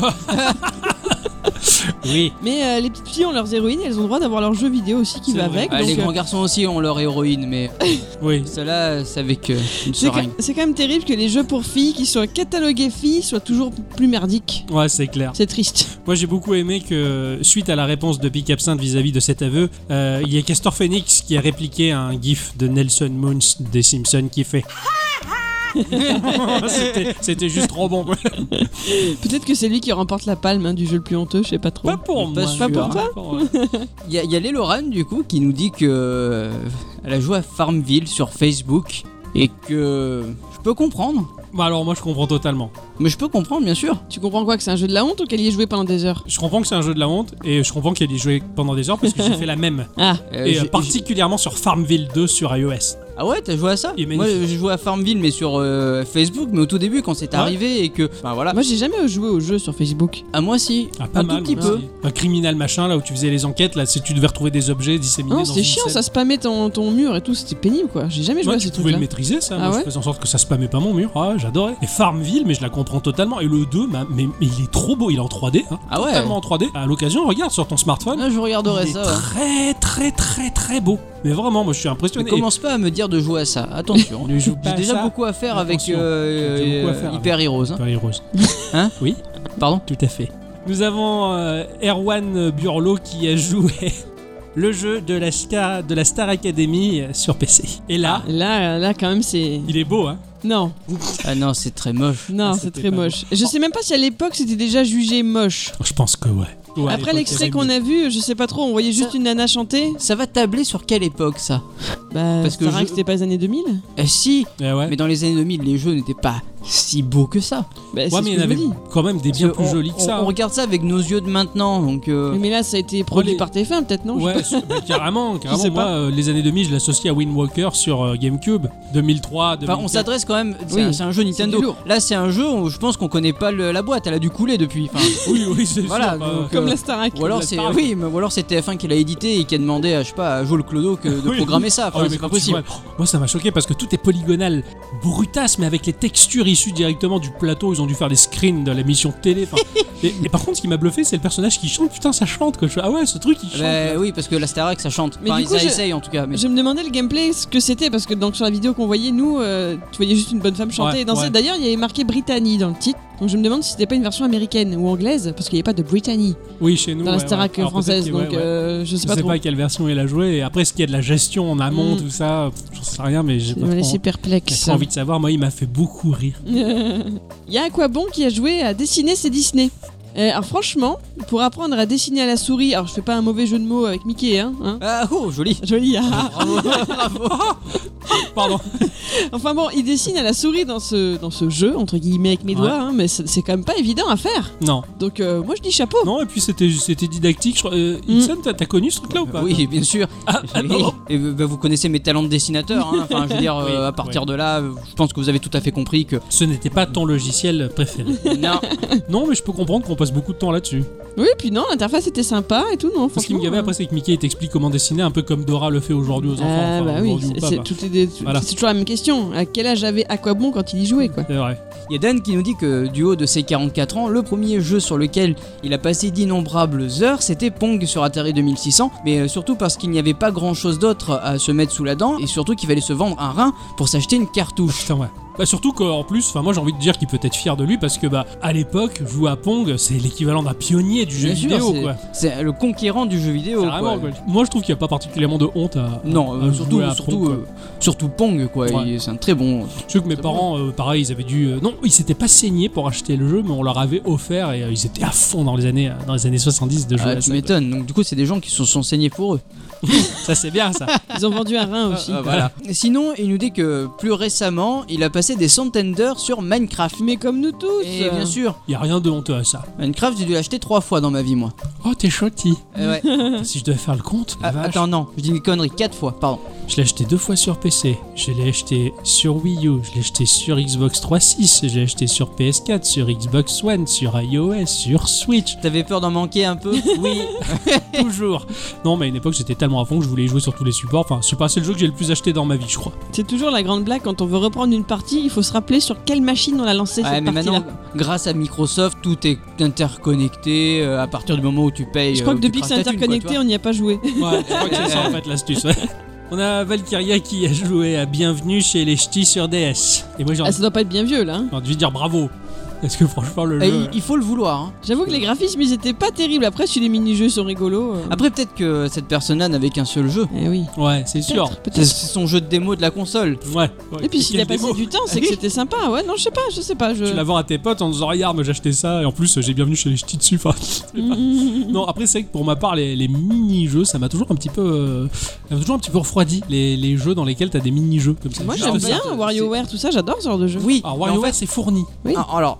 Oui. Mais les petites filles ont leurs héroïnes, elles ont le droit d'avoir leur jeu vidéo aussi qui va avec. Donc, les grands garçons aussi ont leur héroïne, mais oui. Celle-là, c'est avec une seringue. C'est quand même terrible que les jeux pour filles qui soient catalogués filles soient toujours plus merdiques. Ouais, c'est clair. C'est triste. Moi, j'ai beaucoup aimé que, suite à la réponse de Pic Absinthe vis-à-vis de cet aveu, il y a Castor Phoenix qui a répliqué un gif de Nelson Moons des Simpsons qui fait. C'était juste trop bon. Peut-être que c'est lui qui remporte la palme du jeu le plus honteux, je sais pas trop. Pas pour moi. Pas pour toi. Il y a Léloran du coup qui nous dit que elle a joué à Farmville sur Facebook et que je peux comprendre. Bah alors moi je comprends totalement. Mais je peux comprendre bien sûr. Tu comprends quoi, que c'est un jeu de la honte ou qu'elle y ait joué pendant des heures? Je comprends que c'est un jeu de la honte et je comprends qu'elle y ait joué pendant des heures parce que j'ai fait la même. Et particulièrement sur Farmville 2 sur iOS. Ah ouais, t'as joué à ça? Moi j'ai joué à Farmville mais sur Facebook, mais au tout début quand c'est arrivé et que voilà. Moi j'ai jamais joué au jeu sur Facebook. Ah moi si. Pas un mal, tout petit peu. Un criminel machin là où tu faisais les enquêtes là, tu devais retrouver des objets disséminés. Non, c'était chiant, ça spammait ton mur et tout, c'était pénible quoi. J'ai jamais joué à ces trucs-là. Tu pouvais le maîtriser ça. Moi je faisais en sorte que ça spammait pas mon mur. Ah j'adorais. Et Farmville, mais je la comprends totalement. Et le 2, mais il est trop beau, il est en 3D. Hein, ah ouais. Totalement en 3D. À l'occasion, regarde sur ton smartphone. Ah, je regarderai il ça. Est très beau. Mais vraiment, moi je suis impressionné. Ne commence pas à me dire de jouer à ça. Attention. J'ai déjà beaucoup à faire avec Hyper Heroes. Hyper Heroes. Hein? Oui. Pardon? Tout à fait. Nous avons Erwan Burlot qui a joué le jeu de la Star Academy sur PC. Et là quand même c'est... Il est beau, hein? Non. Ah non, c'est très moche. Non, c'est très moche. Je sais même pas si à l'époque c'était déjà jugé moche. Je pense que ouais. Après l'extrait qu'on a vu, je sais pas trop, on voyait juste une nana chanter. Ça va tabler sur quelle époque ça? Parce que c'était pas les années 2000. Si, mais dans les années 2000, les jeux n'étaient pas si beaux que ça. Mais il y en avait quand même des bien plus jolis que ça. On regarde ça avec nos yeux de maintenant, donc. Mais là, ça a été produit par TF1, peut-être non? Ouais, carrément. Moi, les années 2000, je l'associe à Wind Walker sur GameCube, 2003. 2004. Enfin, on s'adresse quand même. C'est un jeu Nintendo. Là, c'est un jeu où je pense qu'on connaît pas la boîte. Elle a dû couler depuis. Oui, c'est voilà, sûr. Comme la Starac. Ou alors c'est TF1 qui l'a édité et qui a demandé à Joel Clodo de programmer ça. Enfin, c'est pas possible. Moi, ça m'a choqué parce que tout est polygonal, brutasse, mais avec les textures issu directement du plateau. Ils ont dû faire des screens de l'émission télé. Et par contre, ce qui m'a bluffé, c'est le personnage qui chante. Putain, ça chante quoi. Ah ouais, ce truc il chante. Oui, parce que la Starac ça chante. Mais du coup, ils essayent en tout cas. Mais... Je me demandais le gameplay, ce que c'était, parce que donc sur la vidéo qu'on voyait, nous, tu voyais juste une bonne femme chanter et danser. D'ailleurs, il y avait marqué Brittany dans le titre. Donc je me demande si c'était pas une version américaine ou anglaise, parce qu'il n'y avait pas de Brittany. Oui, chez nous. Dans la Starac française. Donc je sais pas trop. Je sais pas quelle version il a joué. Et après, ce qu'il y a de la gestion en amont, tout ça, j'en sais rien, mais j'ai pas laissé perplexe. J'ai envie de savoir. Moi, il m'a fait beaucoup rire. Il y a Aquabon qui a joué à dessiner ses Disney. Alors franchement, pour apprendre à dessiner à la souris, alors je fais pas un mauvais jeu de mots avec Mickey, hein. Ah oh, joli. Joli. Bravo. Pardon. Enfin bon, il dessine à la souris dans ce jeu entre guillemets avec mes doigts, hein, mais c'est quand même pas évident à faire. Non. Donc moi je dis chapeau. Non, et puis c'était didactique. Ixon, t'as connu ce truc-là ou pas? Oui, bien sûr. Non. Et vous connaissez mes talents de dessinateur, hein. Enfin, je veux dire, à partir de là, je pense que vous avez tout à fait compris que ce n'était pas ton logiciel préféré. Non. Non, mais je peux comprendre qu'on passe beaucoup de temps là-dessus. Oui, puis non, l'interface était sympa et tout, non. Ce qui me gavait après, c'est que Mickey t'explique comment dessiner, un peu comme Dora le fait aujourd'hui aux enfants. Bah oui, c'est toujours la même question. À quel âge avait Aquabon quand il y jouait, quoi? C'est vrai. Il y a Dan qui nous dit que du haut de ses 44 ans, le premier jeu sur lequel il a passé d'innombrables heures, c'était Pong sur Atari 2600, mais surtout parce qu'il n'y avait pas grand chose d'autre à se mettre sous la dent, et surtout qu'il fallait se vendre un rein pour s'acheter une cartouche. Putain, ouais. Bah surtout qu'en plus, moi j'ai envie de dire qu'il peut être fier de lui parce que à l'époque, jouer à Pong, c'est l'équivalent d'un pionnier du jeu vidéo, quoi. C'est le conquérant du jeu vidéo, carrément, quoi. Moi je trouve qu'il n'y a pas particulièrement de honte à surtout Pong, quoi. Ouais. C'est un très bon. Je sais que mes parents, pareil, ils avaient dû. Non, ils s'étaient pas saignés pour acheter le jeu, mais on leur avait offert et ils étaient à fond dans les années 70 de jouer à ça. Tu m'étonnes. Donc du coup, c'est des gens qui se sont saignés pour eux. Ça c'est bien ça. Ils ont vendu un rein aussi. Voilà. Sinon, il nous dit que plus récemment, il a passé des centaines d'heures sur Minecraft. Mais comme nous tous. Et bien sûr. Il y a rien de honteux à ça. Minecraft, j'ai dû l'acheter 3 fois dans ma vie, moi. Oh, t'es chouti. Ouais. Si je devais faire le compte. Attends, non, je dis une connerie, 4 fois, pardon. Je l'ai acheté 2 fois sur PC, je l'ai acheté sur Wii U, je l'ai acheté sur Xbox 360, je l'ai acheté sur PS4, sur Xbox One, sur iOS, sur Switch. T'avais peur d'en manquer un peu? Oui, toujours. Non, mais à une époque j'étais tellement à fond que je voulais jouer sur tous les supports. Enfin, c'est pas le jeu que j'ai le plus acheté dans ma vie, je crois. C'est toujours la grande blague quand on veut reprendre une partie, il faut se rappeler sur quelle machine on l'a lancé cette partie-là. Maintenant, grâce à Microsoft, tout est interconnecté à partir du moment où tu payes. Je crois que depuis que c'est interconnecté, on n'y a pas joué. Ouais, je crois que c'est ça en fait l'astuce. Ouais. On a Valkyria qui a joué à Bienvenue chez les Ch'tis sur DS. Et moi, ça doit pas être bien vieux là. J'ai envie de dire bravo. Parce que franchement le jeu... il faut le vouloir, hein. J'avoue que les graphismes ils étaient pas terribles. Après si les mini-jeux sont rigolos... Après peut-être que cette personne-là n'avait qu'un seul jeu. Eh oui. Ouais, c'est sûr. C'est son jeu de démo de la console. Ouais. Et puis s'il a passé du temps, c'est que c'était sympa. Ouais, non, je sais pas. Tu la vends à tes potes en disant regarde, j'ai acheté ça et en plus j'ai Bienvenue chez les Ch'tis dessus. Enfin, non, après c'est vrai que pour ma part les mini-jeux, ça m'a toujours un petit peu refroidi les jeux dans lesquels t'as des mini-jeux comme ça. Moi j'aime bien WarioWare, tout ça, j'adore ce genre de jeu. Oui. Alors WarioWare en fait, c'est fourni. Oui. Alors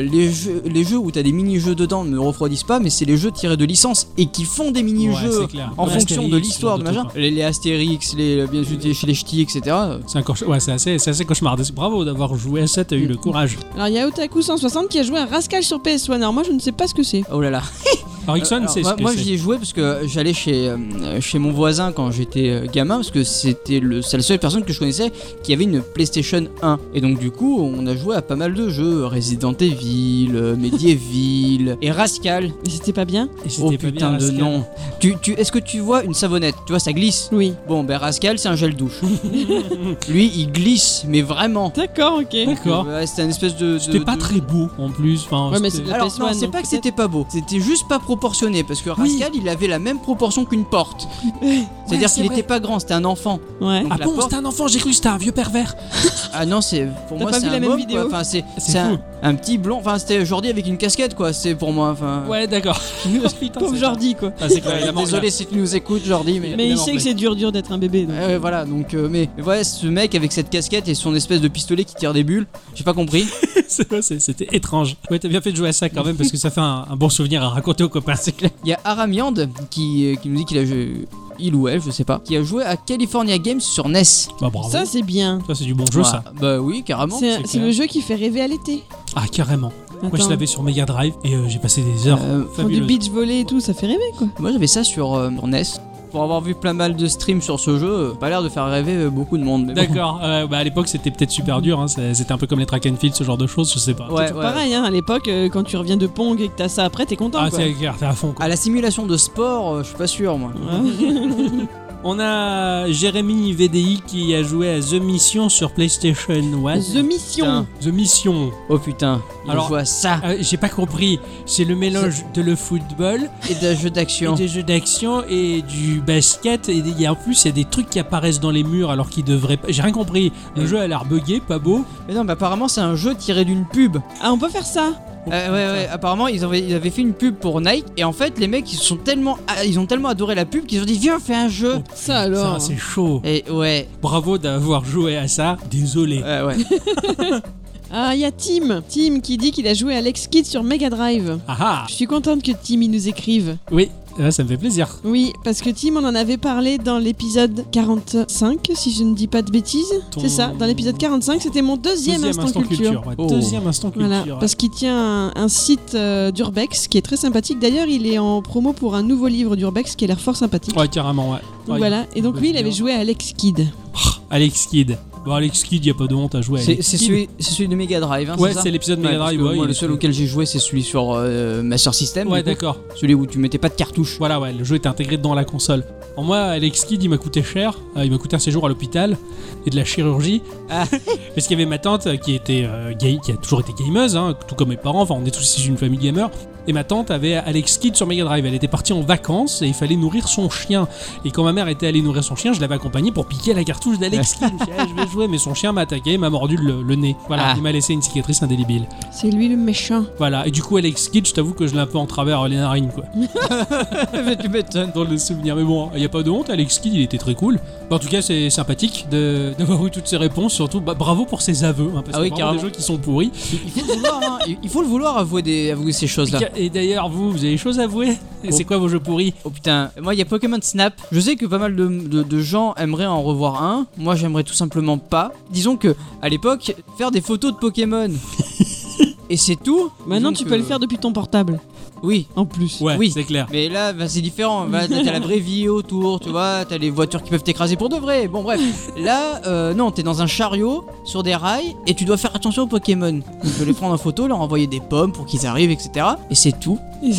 les jeux où t'as des mini-jeux dedans ne me refroidissent pas, mais c'est les jeux tirés de licence et qui font des mini-jeux en fonction de l'histoire de machin. Les Astérix, bien sûr chez les Ch'tis, etc. C'est assez cauchemardesque. Bravo d'avoir joué à ça, t'as eu le courage. Alors il y a Otaku 160 qui a joué à Rascal sur PS1. Alors moi je ne sais pas ce que c'est. Oh là là. Alors Ixon, c'est ce que moi j'y ai joué parce que j'allais chez mon voisin quand j'étais gamin, parce que c'est la seule personne que je connaissais qui avait une PlayStation 1. Et donc du coup on a joué à pas mal de jeux, Resident Evil, Medieval et Rascal. Et c'était pas bien? Oh putain de non. Est-ce que tu vois une savonnette? Tu vois, ça glisse? Oui. Bon ben Rascal c'est un gel douche. Lui il glisse mais vraiment. D'accord, ok. D'accord. Ouais, c'était une espèce de... C'était pas très beau en plus. Enfin, ouais mais c'est alors non, c'est pas que c'était pas beau, c'était juste pas proportionné parce que Rascal il avait la même proportion qu'une porte. C'est-à-dire qu'il était pas grand, c'était un enfant. Ouais. Ah bon, c'était un enfant, j'ai cru que c'était un vieux pervers. Ah non, c'est pour moi c'est un même vidéo. Enfin c'est un petit blond, enfin c'était Jordi avec une casquette quoi, c'est pour moi enfin. Ouais, d'accord. Pauvre Jordi quoi. Ah, c'est clair, désolé si tu nous écoutes Jordi mais il sait que c'est dur d'être un bébé. Donc. Voilà, donc mais voilà, ce mec avec cette casquette et son espèce de pistolet qui tire des bulles, j'ai pas compris. C'était étrange. Ouais, t'as bien fait de jouer à ça quand même parce que ça fait un bon souvenir à raconter aux copains, c'est clair. Il y a Aramiand qui nous dit qu'il a joué, il ou elle, je sais pas, qui a joué à California Games sur NES. Bah bravo. Ça c'est bien. Ça c'est du bon jeu ça. Bah oui, carrément. C'est le jeu qui fait rêver à l'été. Ah carrément. Attends. Moi je l'avais sur Mega Drive et j'ai passé des heures fabuleuses. Du beach volley et tout, ça fait rêver quoi. Moi j'avais ça sur NES. pour avoir vu plein mal de streams sur ce jeu, pas l'air de faire rêver beaucoup de monde. D'accord, à l'époque c'était peut-être super dur, hein. C'était un peu comme les track and field, ce genre de choses, je sais pas. Ouais, pareil, hein, à l'époque, quand tu reviens de Pong et que t'as ça après, t'es content. Ah, quoi. t'es à fond. Quoi. À la simulation de sport, je suis pas sûr, moi. On a Jérémy VDI qui a joué à The Mission sur PlayStation 1. The Mission. The Mission. Oh putain, il joue à ça. J'ai pas compris. C'est le mélange de le football et d'un jeu d'action. Et des jeux d'action et du basket. Et en plus, il y a des trucs qui apparaissent dans les murs alors qu'ils devraient pas. J'ai rien compris. Le jeu a l'air buggé, pas beau. Mais non, mais apparemment, c'est un jeu tiré d'une pub. Ah, on peut faire ça. Ouais, apparemment ils avaient fait une pub pour Nike et en fait les mecs ils ont tellement adoré la pub qu'ils ont dit viens on fait un jeu. Ça alors. Ça, c'est chaud. Et ouais. Bravo d'avoir joué à ça. Désolé. Ouais. Ah, il y a Tim qui dit qu'il a joué à Alex Kidd sur Mega Drive. Ah. Je suis contente que Tim il nous écrive. Oui. Ça me fait plaisir. Oui, parce que Tim, on en avait parlé dans l'épisode 45, si je ne dis pas de bêtises. C'est ça, dans l'épisode 45, c'était mon deuxième instant culture. Ouais, deuxième instant culture. Voilà, parce qu'il tient un site d'Urbex qui est très sympathique. D'ailleurs, il est en promo pour un nouveau livre d'Urbex qui a l'air fort sympathique. Ouais, carrément, ouais. Donc voilà, et donc lui, il avait joué à Alex Kidd. Alex Kidd. Bon, Alex Kidd, y a pas de honte à jouer. C'est celui de Mega Drive, hein, ouais, c'est l'épisode Mega Drive. Moi, le seul auquel j'ai joué, c'est celui sur Master System. Ouais, d'accord. Celui où tu mettais pas de cartouche. Voilà, ouais, le jeu était intégré dans la console. En moi, Alex Kidd, il m'a coûté cher. Il m'a coûté un séjour à l'hôpital et de la chirurgie. Parce qu'il y avait ma tante qui a toujours été gameuse, hein, tout comme mes parents. Enfin, on est tous issus d'une famille gamer. Et ma tante avait Alex Kidd sur Mega Drive. Elle était partie en vacances et il fallait nourrir son chien. Et quand ma mère était allée nourrir son chien, je l'avais accompagnée pour piquer la cartouche d'Alex Kidd. Je vais jouer, mais son chien m'a attaqué, m'a mordu le nez. Voilà, il m'a laissé une cicatrice indélébile. C'est lui le méchant. Voilà, et du coup, Alex Kidd, je t'avoue que je l'ai un peu en travers les narines, quoi. Mais tu m'étonnes. Dans le souvenir. Mais bon, il n'y a pas de honte, Alex Kidd, il était très cool. En tout cas, c'est sympathique d'avoir eu toutes ces réponses. Surtout, bravo pour ses aveux. Hein, parce que des jeux qui sont pourris. Il faut le vouloir avouer ces choses-là. Et d'ailleurs, vous avez des choses à avouer? C'est quoi vos jeux pourris? Oh putain, moi il y a Pokémon Snap. Je sais que pas mal de gens aimeraient en revoir un. Moi j'aimerais tout simplement pas. Disons que à l'époque, faire des photos de Pokémon et c'est tout. Maintenant tu peux le faire depuis ton portable. Oui, en plus. Ouais, oui, c'est clair. Mais là, c'est différent. T'as la vraie vie autour, tu vois. T'as les voitures qui peuvent t'écraser pour de vrai. Bon, bref. Là, non, t'es dans un chariot sur des rails et tu dois faire attention aux Pokémon. Tu peux les prendre en photo, leur envoyer des pommes pour qu'ils arrivent, etc. Et c'est tout.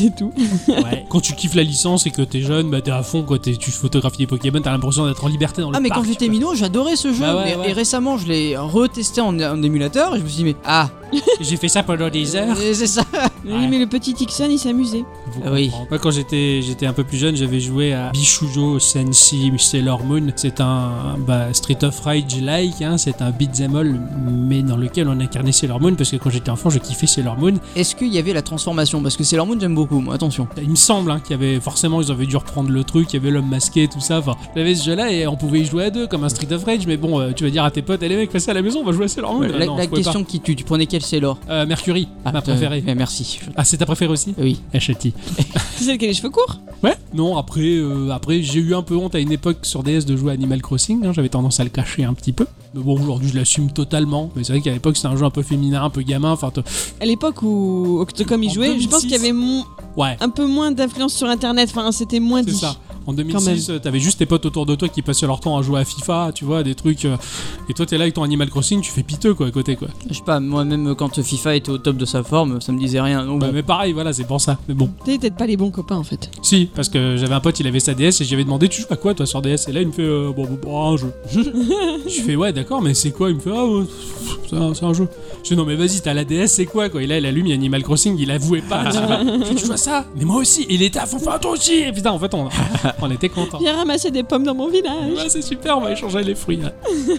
Ouais. Quand tu kiffes la licence et que t'es jeune, t'es à fond. Quand tu photographies les Pokémon, t'as l'impression d'être en liberté dans le parc. Mais quand j'étais minot, j'adorais ce jeu. Et récemment, je l'ai retesté en émulateur et je me suis dit, mais j'ai fait ça pendant des heures. C'est ça. Oui, mais le petit Ixon, il s'amusait. Oui. Moi, quand j'étais un peu plus jeune, j'avais joué à Bishujo Senshi Sailor Moon. C'est un Street of Rage-like, hein, c'est un beat'em all, mais dans lequel on incarnait Sailor Moon, parce que quand j'étais enfant, je kiffais Sailor Moon. Est-ce qu'il y avait la transformation? Parce que Sailor Moon, j'aime beaucoup, moi, attention. Il me semble qu'il y avait forcément, ils avaient dû reprendre le truc, il y avait l'homme masqué, tout ça. Enfin, j'avais ce jeu-là et on pouvait y jouer à deux, comme un Street of Rage, mais bon, tu vas dire à tes potes, allez mec, passez à la maison, on va jouer à Sailor Moon. La question qui tue, tu prenais quel Sailor? Mercury, ma préférée. Merci. Ah, c'est ta préférée aussi? Oui. Ch'ti. C'est celle qui a les cheveux courts? Ouais. Non, après j'ai eu un peu honte à une époque sur DS de jouer à Animal Crossing, hein, j'avais tendance à le cacher un petit peu. Mais bon, aujourd'hui je l'assume totalement. Mais c'est vrai qu'à l'époque c'était un jeu un peu féminin, un peu gamin. Enfin, à l'époque où Octocom y jouait, 2006, je pense qu'il y avait un peu moins d'influence sur internet, enfin c'était moins dit. C'est ça. En 2006, t'avais juste tes potes autour de toi qui passaient leur temps à jouer à FIFA, tu vois, des trucs. Et toi, t'es là avec ton Animal Crossing, tu fais piteux, quoi, à côté, quoi. Je sais pas, moi-même, quand FIFA était au top de sa forme, ça me disait rien. Donc mais pareil, voilà, c'est pour ça. Mais bon. T'es peut-être pas les bons copains, en fait. Si, parce que j'avais un pote, il avait sa DS et j'avais demandé, tu joues à quoi, toi, sur DS? Et là, il me fait, un jeu. Je fais, ouais, d'accord, mais c'est quoi? Il me fait, c'est un jeu. Je fais, non, mais vas-y, t'as la DS, c'est quoi, quoi? Et là, il allume, il y a Animal Crossing, il avouait pas. Tu joues à ça? Mais moi aussi. Il était à fond, toi aussi. Et putain, en fait, on était contents. Ramasser des pommes dans mon village. Ouais, c'est super, on va échanger les fruits. Là.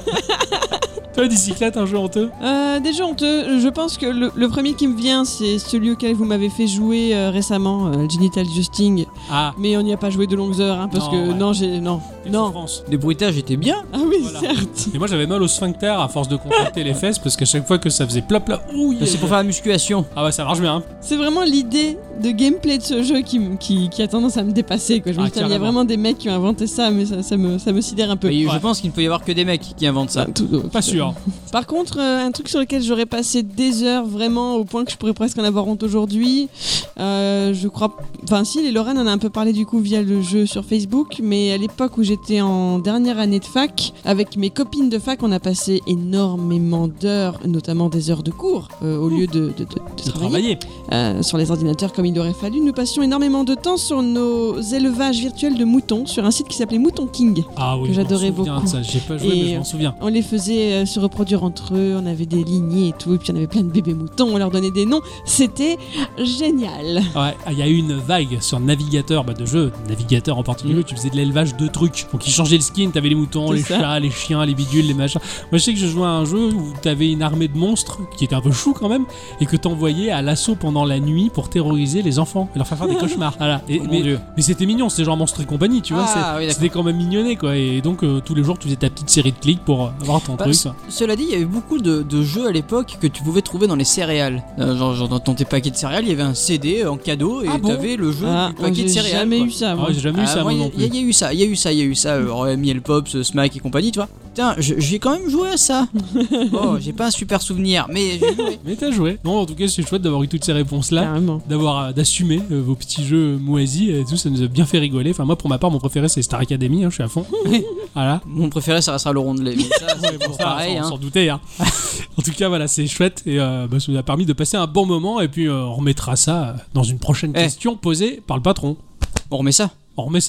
Toi, Dicyclette, un jeu honteux? Des jeux honteux, je pense que le premier qui me vient, c'est celui auquel vous m'avez fait jouer récemment, Genital Justing. Ah. Mais on n'y a pas joué de longues heures, hein, parce que non. Les bruitages étaient bien. Ah oui, voilà. Certes. Et moi, j'avais mal au sphincter à force de contracter les fesses, parce qu'à chaque fois que ça faisait plop plop, c'est pour faire la musculation. Ah ouais, ça marche bien. Hein. C'est vraiment l'idée de gameplay de ce jeu qui a tendance à me dépasser, quoi. Je me dis, il y a vraiment des mecs qui ont inventé ça, mais ça me sidère un peu. Et je pense qu'il ne peut y avoir que des mecs qui inventent ça. Pas sûr. sûr. Par contre, un truc sur lequel j'aurais passé des heures vraiment au point que je pourrais presque en avoir honte aujourd'hui, je crois... Enfin si, Lorraine en a un peu parlé du coup via le jeu sur Facebook, mais à l'époque où j'étais en dernière année de fac, avec mes copines de fac, on a passé énormément d'heures, notamment des heures de cours, au lieu de travailler. Sur les ordinateurs comme il aurait fallu. Nous passions énormément de temps sur nos élevages virtuels de moutons, sur un site qui s'appelait Mouton King, que j'adorais beaucoup. Ça. J'ai pas joué, mais je m'en souviens. On les faisait se reproduire entre eux, on avait des lignées et tout, et puis on avait plein de bébés moutons, on leur donnait des noms, c'était génial. Ouais, il y a eu une vague sur navigateur, de jeux, navigateur en particulier, tu faisais de l'élevage de trucs. Donc ils changeaient le skin, t'avais les moutons, les chats, les chiens, les bidules, les machins. Moi je sais que je jouais à un jeu où t'avais une armée de monstres qui était un peu chou quand même, et que t'envoyais à l'assaut pendant la nuit pour terroriser les enfants et leur faire des cauchemars. Voilà. Mais c'était mignon, c'était genre Monstres et compagnie, tu vois. C'était quand même mignonné quoi. Et donc tous les jours tu faisais ta petite série de clics pour avoir ton truc. Cela dit, il y avait beaucoup de jeux à l'époque que tu pouvais trouver dans les céréales. Genre dans tes paquets de céréales, il y avait un CD en cadeau et t'avais le jeu du paquet de céréales. J'ai jamais eu ça. J'ai jamais eu ça moi non plus. Il y a eu ça. Miel Pops, Smack et compagnie, tu vois. Putain, j'ai quand même joué à ça. Oh, j'ai pas un super souvenir, mais j'ai joué. Mais t'as joué. Non, en tout cas, c'est chouette d'avoir eu toutes ces réponses-là, d'assumer vos petits jeux moisis et tout, ça nous a bien fait rigoler. Enfin, moi, pour ma part, mon préféré, c'est Star Academy, je suis à fond. Voilà. Mon préféré, ça restera le rondelet. Mais ça, c'est pareil. Sans douter. En tout cas, voilà, c'est chouette et ça nous a permis de passer un bon moment. Et puis, on remettra ça dans une prochaine question posée par le patron. On remet ça.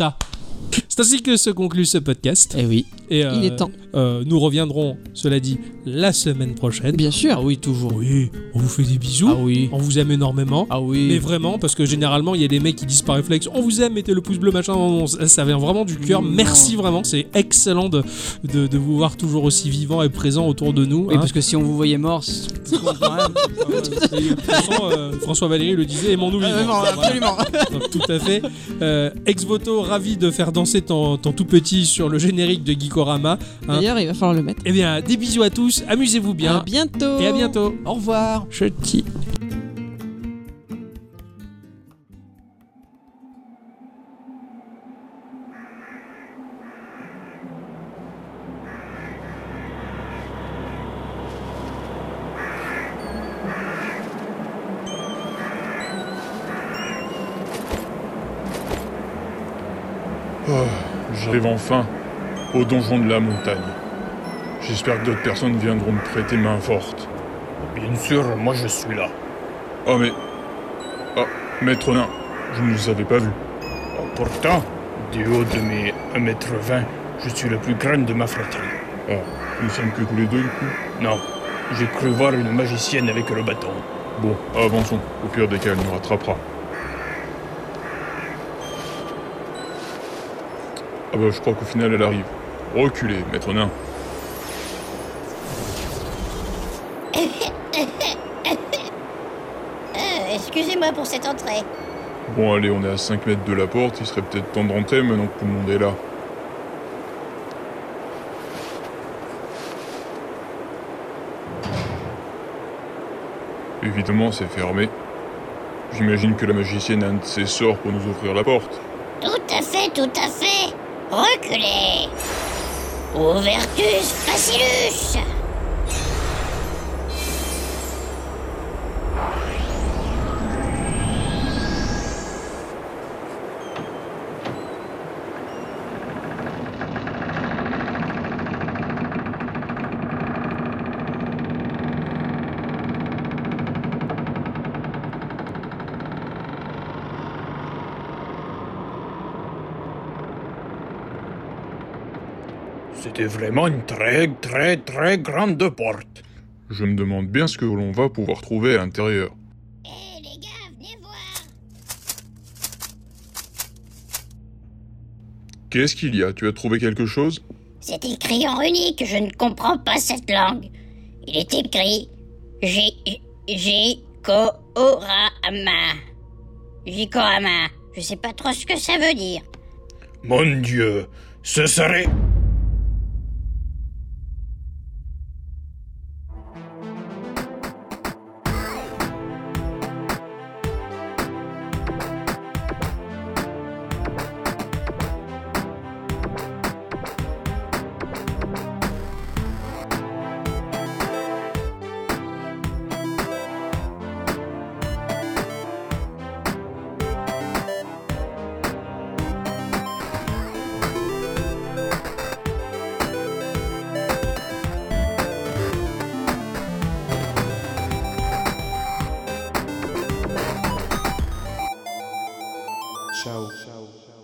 C'est ainsi que se conclut ce podcast. Eh oui. Et il est temps. Nous reviendrons, cela dit, la semaine prochaine. Bien sûr. Ah oui, toujours. Oui, on vous fait des bisous. Ah oui. On vous aime énormément. Ah oui. Mais vraiment, parce que généralement, il y a des mecs qui disent par réflexe, on vous aime, mettez le pouce bleu, machin. Ça vient vraiment du cœur. Merci vraiment. C'est excellent de vous voir toujours aussi vivant et présent autour de nous. Oui, parce que si on vous voyait mort, c'est con quand même. De toute façon, François Valéry le disait, aimons-nous vivants. Absolument. Donc, tout à fait. Ex voto, ravi de faire danser ton tout petit sur le générique de Geekorama. D'ailleurs, il va falloir le mettre. Eh bien, des bisous à tous, amusez-vous bien. À bientôt. Et à bientôt. Au revoir. Chutty. J'arrive enfin au donjon de la montagne. J'espère que d'autres personnes viendront me prêter main forte. Bien sûr, moi je suis là. Oh mais... Ah, Maître Nain, je ne vous avais pas vu. Oh, pourtant, du haut de mes 1m20, je suis le plus grand de ma fratrie. Ah, nous sommes que tous les deux du coup? Non, j'ai cru voir une magicienne avec le bâton. Bon, avançons. Au pire des cas, elle nous rattrapera. Ah bah je crois qu'au final elle arrive. Reculez, Maître Nain. Excusez-moi pour cette entrée. Bon allez, on est à 5 mètres de la porte, il serait peut-être temps de rentrer maintenant que tout le monde est là. Évidemment c'est fermé. J'imagine que la magicienne a un de ses sorts pour nous ouvrir la porte. Tout à fait, tout à fait. Reculez. Ouvertus Facilus. C'était vraiment une très très très grande porte. Je me demande bien ce que l'on va pouvoir trouver à l'intérieur. Eh les gars, venez voir. Qu'est-ce qu'il y a? Tu as trouvé quelque chose? C'est écrit en runique, je ne comprends pas cette langue. Il est écrit Jikorama. Jikorama. Je sais pas trop ce que ça veut dire. Mon Dieu, ce serait... Ciao.